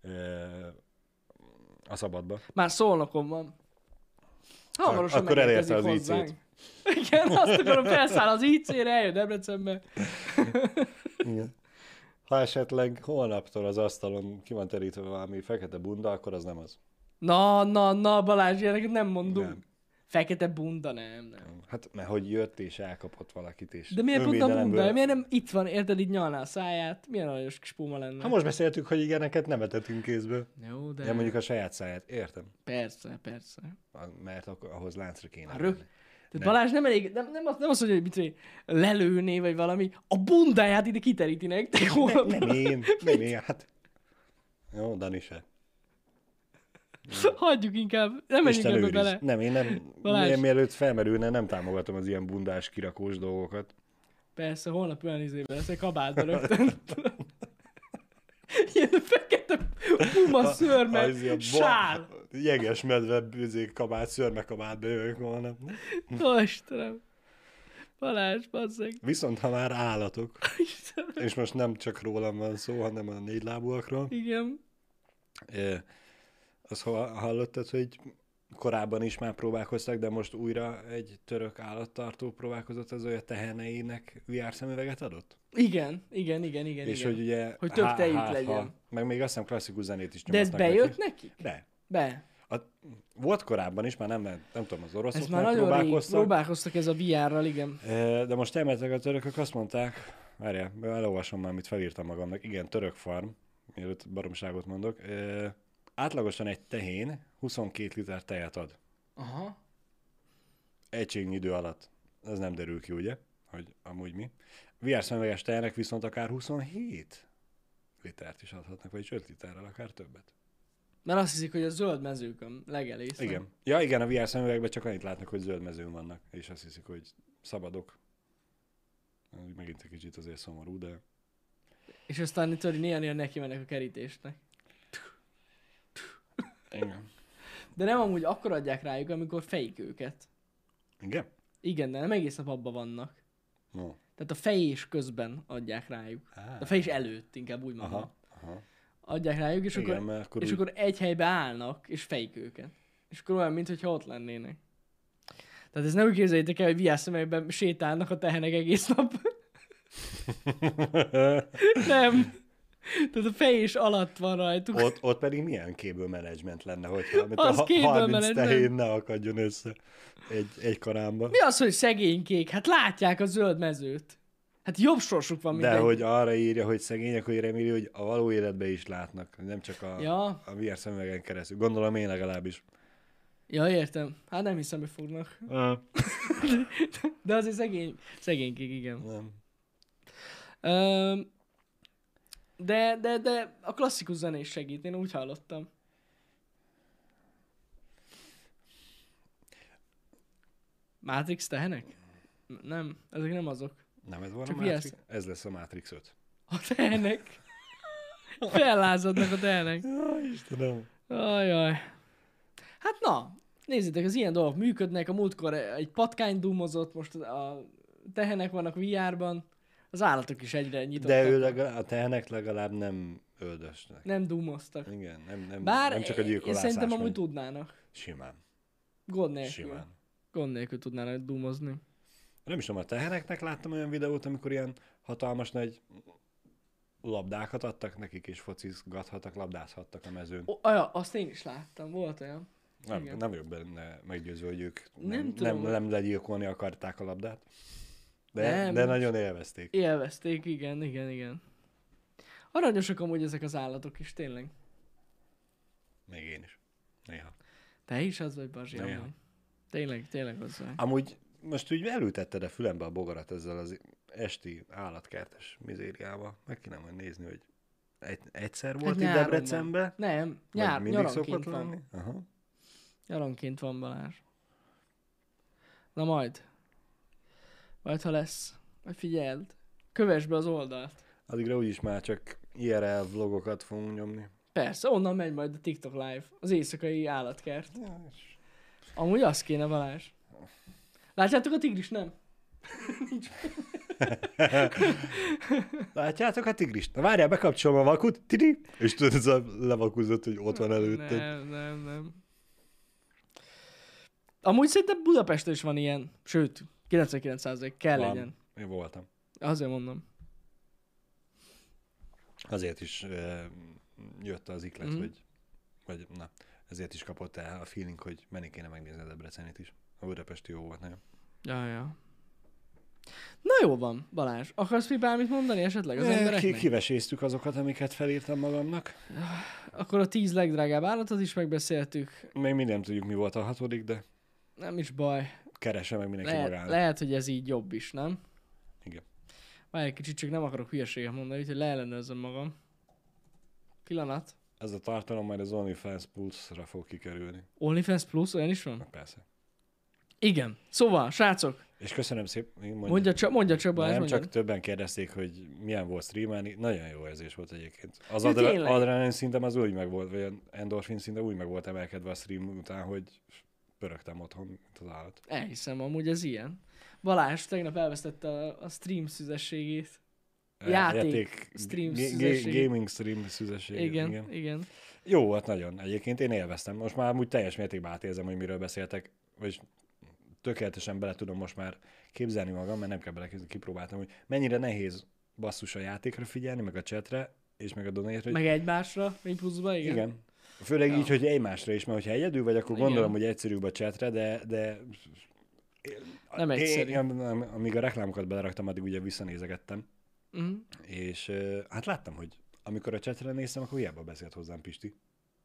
Speaker 2: a szabadba.
Speaker 1: Már Szolnokon van. Hamarosan
Speaker 2: Akkor elérte
Speaker 1: megérkezik
Speaker 2: az
Speaker 1: hozzánk.
Speaker 2: IC-t.
Speaker 1: Igen, azt akarom, felszáll az IC-re, eljön Debrecenbe.
Speaker 2: Igen. Ha esetleg holnaptól az asztalon ki van terítve valami fekete bunda, akkor az nem az.
Speaker 1: Na, Balázs, ilyeneket nem mondunk.
Speaker 2: Nem.
Speaker 1: Fekete bunda, nem.
Speaker 2: Hát, mert hogy jött és elkapott valakit, és
Speaker 1: De miért pont a
Speaker 2: önvédelemből-
Speaker 1: bunda? Miért nem itt van, érted, így nyalná a száját? Milyen aranyos kis puma lenne?
Speaker 2: Ha most beszéltük, hogy ilyeneket nem etetünk kézből.
Speaker 1: Jó, de...
Speaker 2: Ja, mondjuk a saját száját, értem.
Speaker 1: Persze.
Speaker 2: Mert ahhoz láncra kéne.
Speaker 1: A
Speaker 2: venni.
Speaker 1: Tehát Balázs nem elég, nem azt mondja, hogy mit tudom én, lelőné, vagy valami. A bundáját ide kiteríti nektek.
Speaker 2: Nem én, hát... Jó, Dani se.
Speaker 1: Hagyjuk inkább, nem menjünk
Speaker 2: Isten
Speaker 1: ebbe
Speaker 2: őriz.
Speaker 1: bele.
Speaker 2: Nem, én nem,
Speaker 1: Balázs.
Speaker 2: mielőtt felmerülne, nem támogatom az ilyen bundás, kirakós dolgokat.
Speaker 1: Persze, holnap olyan izében lesz, egy kabátba rögtön. Ilyen fekete puma szörme,
Speaker 2: Az ilyen
Speaker 1: sál.
Speaker 2: Jeges medve, kabát, szörmekabátba jövök volna.
Speaker 1: Ó, Istenem. Balázs, bazzeg.
Speaker 2: Viszont ha már állatok,
Speaker 1: Istenem.
Speaker 2: és most nem csak rólam van szó, hanem a négylábúakról,
Speaker 1: Igen.
Speaker 2: azt hallottad, hogy korábban is már próbálkoztak, de most újra egy török állattartó próbálkozott az, hogy a teherneinek VR szemüveget adott?
Speaker 1: Igen.
Speaker 2: És hogy ugye...
Speaker 1: Hogy több tejük legyen.
Speaker 2: Meg még azt hiszem klasszikus zenét is
Speaker 1: De ez
Speaker 2: nyomoztak
Speaker 1: bejött
Speaker 2: neki.
Speaker 1: nekik?
Speaker 2: De.
Speaker 1: Be.
Speaker 2: Volt korábban is, már nem tudom, az
Speaker 1: Ez
Speaker 2: oroszok
Speaker 1: már nagyon rég
Speaker 2: próbálkoztak.
Speaker 1: próbálkoztak ez a VR-ral, igen.
Speaker 2: De most elmentek a törökök, azt mondták, várjál, elolvasom már, amit felírtam magamnak. Igen, török farm, mielőtt baromságot mondok. Átlagosan egy tehén 22 liter tejet ad.
Speaker 1: Aha.
Speaker 2: Egységnyi idő alatt. Ez nem derül ki, ugye? Hogy amúgy mi. VR szemüveges tejenek viszont akár 27 litert is adhatnak, vagyis 5 literrel akár többet.
Speaker 1: Mert azt hiszik, hogy a zöld mezőkön legelés.
Speaker 2: Igen. Ja, igen, a VR szemüvegben csak annyit látnak, hogy zöld mezőn vannak, és azt hiszik, hogy szabadok. Megint egy kicsit azért szomorú, de...
Speaker 1: És aztán tudod, néha neki mennek a kerítésnek.
Speaker 2: Igen.
Speaker 1: De nem amúgy akkor adják rájuk, amikor fejik őket.
Speaker 2: Igen?
Speaker 1: Igen, de nem egész nap abban vannak.
Speaker 2: No.
Speaker 1: Tehát a fejés közben adják rájuk. A fejés előtt, inkább úgy mondom.
Speaker 2: Aha.
Speaker 1: Adják rájuk, és,
Speaker 2: Igen,
Speaker 1: akkor,
Speaker 2: mert akkor
Speaker 1: és
Speaker 2: úgy-
Speaker 1: akkor egy helybe állnak, és fejik őket. És akkor olyan, mintha ott lennének. Tehát ez nem úgy képzeljétek el, hogy viászszemekben sétálnak a tehenek egész nap. Nem. Tehát a fejés alatt van rajtuk.
Speaker 2: ott pedig milyen cable management lenne, hogyha mint
Speaker 1: Az
Speaker 2: a
Speaker 1: cable
Speaker 2: 30
Speaker 1: management.
Speaker 2: tehén ne akadjon össze egy karámba.
Speaker 1: Mi az, hogy szegénykék? Hát látják a zöld mezőt. Hát jobb sorsuk van, mint
Speaker 2: De
Speaker 1: egy...
Speaker 2: hogy arra írja, hogy szegények, hogy reméli, hogy a való életben is látnak, nem csak
Speaker 1: Ja.
Speaker 2: a VR szemüvegen keresztül. Gondolom én legalábbis.
Speaker 1: Ja, értem. Hát nem hiszem, hogy fognak. De azért szegénykék, igen.
Speaker 2: Nem.
Speaker 1: De a klasszikus zenés segít, én úgy hallottam. Matrix tehenek? Nem, ezek nem azok.
Speaker 2: Nem ez volna
Speaker 1: Csak
Speaker 2: a Matrix? Ez lesz a Matrix 5.
Speaker 1: A tehenek. Fellázadnak a tehenek.
Speaker 2: Jaj, Istenem.
Speaker 1: Ajaj. Hát na, nézzétek, az ilyen dolgok működnek. A múltkor egy patkány dúmozott, most a tehenek vannak VR-ban. Az állatok is egyre nyitottak.
Speaker 2: De a tehenek legalább nem öldösnek.
Speaker 1: Nem dúmoztak.
Speaker 2: Igen,
Speaker 1: Bár
Speaker 2: nem csak a
Speaker 1: én
Speaker 2: gyilkolászás.
Speaker 1: szerintem amúgy
Speaker 2: megy.
Speaker 1: tudnának.
Speaker 2: Simán.
Speaker 1: Gond nélkül.
Speaker 2: Simán.
Speaker 1: Gond nélkül tudnának dúmozni.
Speaker 2: Nem is tudom, a teheneknek láttam olyan videót, amikor ilyen hatalmas nagy labdákat adtak nekik, és focizgathattak, labdázhattak a mezőn.
Speaker 1: Azt én is láttam, volt olyan.
Speaker 2: Nem
Speaker 1: Igen.
Speaker 2: vagyok benne meggyőző, hogy ők
Speaker 1: Nem tudom.
Speaker 2: nem legyilkolni akarták a labdát.
Speaker 1: Nem.
Speaker 2: De nagyon élvezték.
Speaker 1: Élvezték, igen. Aranyosak amúgy ezek az állatok is, tényleg.
Speaker 2: Még én is. Néha.
Speaker 1: Te is az vagy, Bazsi,
Speaker 2: Néha.
Speaker 1: amúgy. Tényleg az vagy.
Speaker 2: Amúgy most úgy elültetted a fülembe a bogarat ezzel az esti állatkertes mizériával. Meg kéne majd nézni, hogy egyszer volt itt
Speaker 1: nyáron
Speaker 2: Debrecenbe?
Speaker 1: Nem,
Speaker 2: Vagy mindig
Speaker 1: nyaranként
Speaker 2: szokott
Speaker 1: van.
Speaker 2: lenni? Aha.
Speaker 1: Nyaranként van, Balázs. Na majd, ha lesz. Majd figyeld. Kövess be az oldalt.
Speaker 2: Addigra úgyis már csak IRL vlogokat fogunk nyomni.
Speaker 1: Persze, onnan megy majd a TikTok live. Az éjszakai állatkert.
Speaker 2: Ja, és
Speaker 1: Amúgy az kéne, Balázs. Látjátok a tigris, nem?
Speaker 2: Látjátok a tigrist? Na várjál, bekapcsolom a vakut. Tidi! És tudod, ez a levakúzott, hogy ott van előtted.
Speaker 1: Nem. Amúgy szerintem Budapesten is van ilyen. Sőt, 99% kell
Speaker 2: Van.
Speaker 1: legyen.
Speaker 2: Én voltam.
Speaker 1: Azért mondom.
Speaker 2: Azért is jött az iklet,
Speaker 1: Mhm.
Speaker 2: vagy na, ezért is kapott el a feeling, hogy menni kéne megnézni a Debrecenit is. A budapesti jó volt nagyon.
Speaker 1: Ja. Na jó van, Balázs. Akarsz még bármit mondani esetleg az embereknek?
Speaker 2: Kiveséztük azokat, amiket felírtam magamnak.
Speaker 1: Akkor a 10 legdrágább állatot is megbeszéltük.
Speaker 2: Még mindig nem tudjuk, mi volt a 6., de
Speaker 1: Nem is baj.
Speaker 2: keresse meg mindenki magának.
Speaker 1: Lehet, hogy ez így jobb is, nem?
Speaker 2: Igen.
Speaker 1: Várj egy kicsit, csak nem akarok hülyeséget mondani, úgyhogy leellenőrzöm magam. Pillanat.
Speaker 2: Ez a tartalom majd az OnlyFans Pulse-ra fog kikerülni.
Speaker 1: OnlyFans Plus, olyan is van?
Speaker 2: Na, persze.
Speaker 1: Igen. Szóval, srácok,
Speaker 2: És köszönöm szépen.
Speaker 1: mondja csak Balázs,
Speaker 2: Nem,
Speaker 1: mondjad.
Speaker 2: csak többen kérdezték, hogy milyen volt streamelni. Nagyon jó érzés volt egyébként. Az
Speaker 1: Ja, tényleg?
Speaker 2: adrenalin szintem az úgy meg volt, vagy az endorfin szinte úgy meg volt emelkedve a stream után, hogy pörögtem otthon, mint az állat.
Speaker 1: Elhiszem, amúgy ez ilyen. Balázs tegnap elvesztette a stream szüzességét. Játék stream szüzességét.
Speaker 2: Gaming stream szüzességét.
Speaker 1: Igen.
Speaker 2: Jó volt nagyon. Egyébként én élveztem. Most már úgy teljes mértékben átérzem, hogy miről beszéltek. Vagyis tökéletesen bele tudom most már képzelni magam, mert nem kell belekezdeni, kipróbáltam, hogy mennyire nehéz basszus a játékra figyelni, meg a chatre, és meg a donate-re.
Speaker 1: Meg egymásra, még pluszba, igen.
Speaker 2: Igen. Főleg
Speaker 1: Ja.
Speaker 2: így, hogy egymásra is, mert hogyha egyedül vagy, akkor
Speaker 1: Igen.
Speaker 2: gondolom, hogy egyszerűbb a chatre, de
Speaker 1: Nem egyszerű.
Speaker 2: Én, amíg a reklámokat beleraktam, addig ugye visszanézegettem,
Speaker 1: Uh-huh.
Speaker 2: és hát láttam, hogy amikor a chatre néztem, akkor hiába beszélt hozzám Pisti.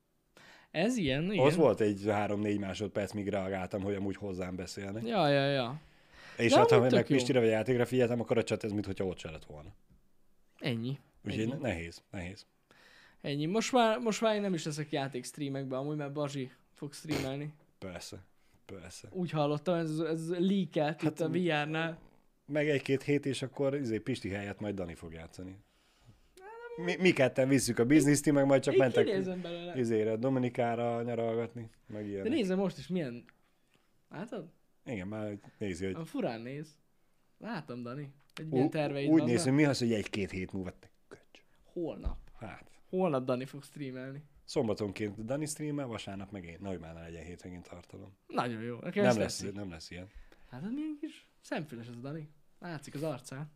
Speaker 1: Ez ilyen, igen.
Speaker 2: Ott volt egy 3-4 másodperc, míg reagáltam, hogy amúgy hozzám beszélnek.
Speaker 1: Ja.
Speaker 2: És
Speaker 1: De
Speaker 2: hát, ha
Speaker 1: amúgy
Speaker 2: meg
Speaker 1: tök jó.
Speaker 2: Pistire vagy játékra figyeltem, akkor a chat ez mintha ott se lett volna.
Speaker 1: Ennyi.
Speaker 2: Úgyhogy nehéz.
Speaker 1: Ennyi. Most már én nem is leszek játék streamekbe, amúgy, mert Bazsi fog streamelni.
Speaker 2: Persze.
Speaker 1: Úgy hallottam, ez leakelt itt a VR-nál.
Speaker 2: Meg 1-2 hét, és akkor Pisti helyett majd Dani fog játszani. Mi ketten visszük a bizniszt, ti meg majd csak
Speaker 1: Én
Speaker 2: mentek
Speaker 1: kinézem belőle.
Speaker 2: Dominikára nyaralgatni, meg
Speaker 1: De
Speaker 2: ilyenek.
Speaker 1: nézem most is milyen... Látod?
Speaker 2: Igen, már nézi, hogy
Speaker 1: A furán néz. Látom, Dani, hogy milyen terveid
Speaker 2: úgy
Speaker 1: vannak.
Speaker 2: néz, hogy mi az, hogy 1-2 hét múlva te köcs.
Speaker 1: Holnap.
Speaker 2: Hát,
Speaker 1: Holnap Dani fog streamelni.
Speaker 2: szombatonként Dani streamel, vasárnap meg én. Nehogy már ne legyen hétvégén tartalom.
Speaker 1: Nagyon jó. Nekem
Speaker 2: Nem
Speaker 1: ez
Speaker 2: lesz,
Speaker 1: tetszik.
Speaker 2: nem lesz ilyen.
Speaker 1: Látod, milyen kis szemfüles ez a Dani? Látszik az arcán.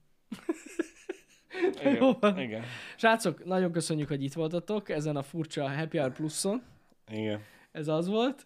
Speaker 2: Igen,
Speaker 1: Jó van.
Speaker 2: igen.
Speaker 1: Srácok, nagyon köszönjük, hogy itt voltatok ezen a furcsa Happy Hour Pluson.
Speaker 2: Igen.
Speaker 1: Ez az volt.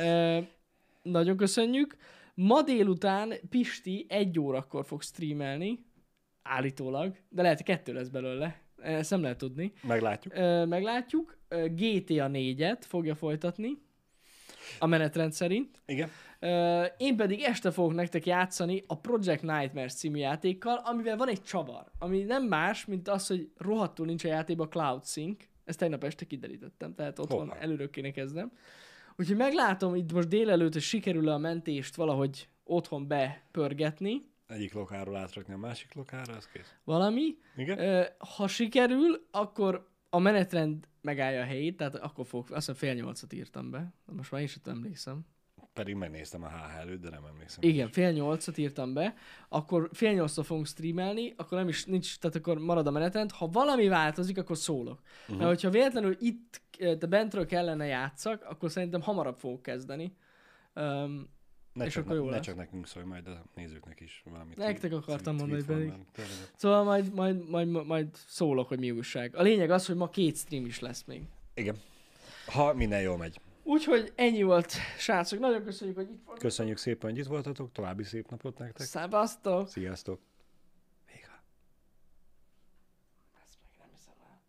Speaker 1: Nagyon köszönjük. Ma délután Pisti 1 órakor fog streamelni, állítólag, de lehet, hogy 2 lesz belőle. Ezt nem lehet tudni.
Speaker 2: Meglátjuk.
Speaker 1: Meglátjuk. GTA 4-et fogja folytatni. a menetrend szerint.
Speaker 2: Igen.
Speaker 1: Én pedig este fogok nektek játszani a Project Nightmares című játékkal, amivel van egy csavar, ami nem más, mint az, hogy rohadtul nincs a játékban a Cloud Sync. Ezt tegnap este kiderítettem, tehát otthon előről kéne kezdem. Úgyhogy meglátom itt most délelőtt, hogy sikerül a mentést valahogy otthon bepörgetni.
Speaker 2: Egyik lokálról átrakni a másik lokára, az kész.
Speaker 1: Valami.
Speaker 2: Igen?
Speaker 1: Ha sikerül, akkor a menetrend megállja a helyét, tehát akkor fogok, azt hiszem 7:30 írtam be. Most már én sem emlékszem.
Speaker 2: Pedig megnéztem a HH előtt, de nem emlékszem.
Speaker 1: Igen, 7:30 írtam be, akkor 7:30 fogunk streamelni, akkor nem is nincs, tehát akkor marad a menetrend. Ha valami változik, akkor szólok. Mert hogyha véletlenül itt te bentről kellene játszak, akkor szerintem hamarabb fogok kezdeni. És akkor jó lesz.
Speaker 2: Csak nekünk szólj, majd a nézőknek is valamit.
Speaker 1: Nektek akartam mondani pedig.
Speaker 2: Tényleg.
Speaker 1: Szóval majd szólok, hogy mi újság. A lényeg az, hogy ma 2 stream is lesz még.
Speaker 2: Igen. Ha minden jól megy.
Speaker 1: Úgyhogy ennyi volt, srácok. Nagyon köszönjük, hogy itt voltatok.
Speaker 2: Köszönjük szépen, hogy itt voltatok. További szép napot nektek.
Speaker 1: Szevasztok!
Speaker 2: Sziasztok! Vége.
Speaker 1: Ezt meg nem hiszem el.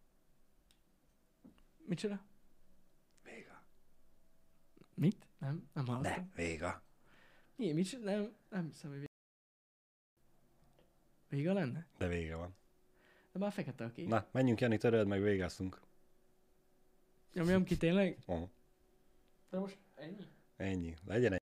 Speaker 1: Micsoda?
Speaker 2: Vége.
Speaker 1: Mit? Nem hallottam.
Speaker 2: Ne, vége.
Speaker 1: Mi? Micsoda? Nem hiszem, hogy vége lenne?
Speaker 2: De vége van.
Speaker 1: De már fekete a kép.
Speaker 2: Na, menjünk Jani, töröld meg, végeztünk.
Speaker 1: Nyomjam ki tényleg?
Speaker 2: Oh.
Speaker 1: De most ennyi?
Speaker 2: Ennyi. Legyen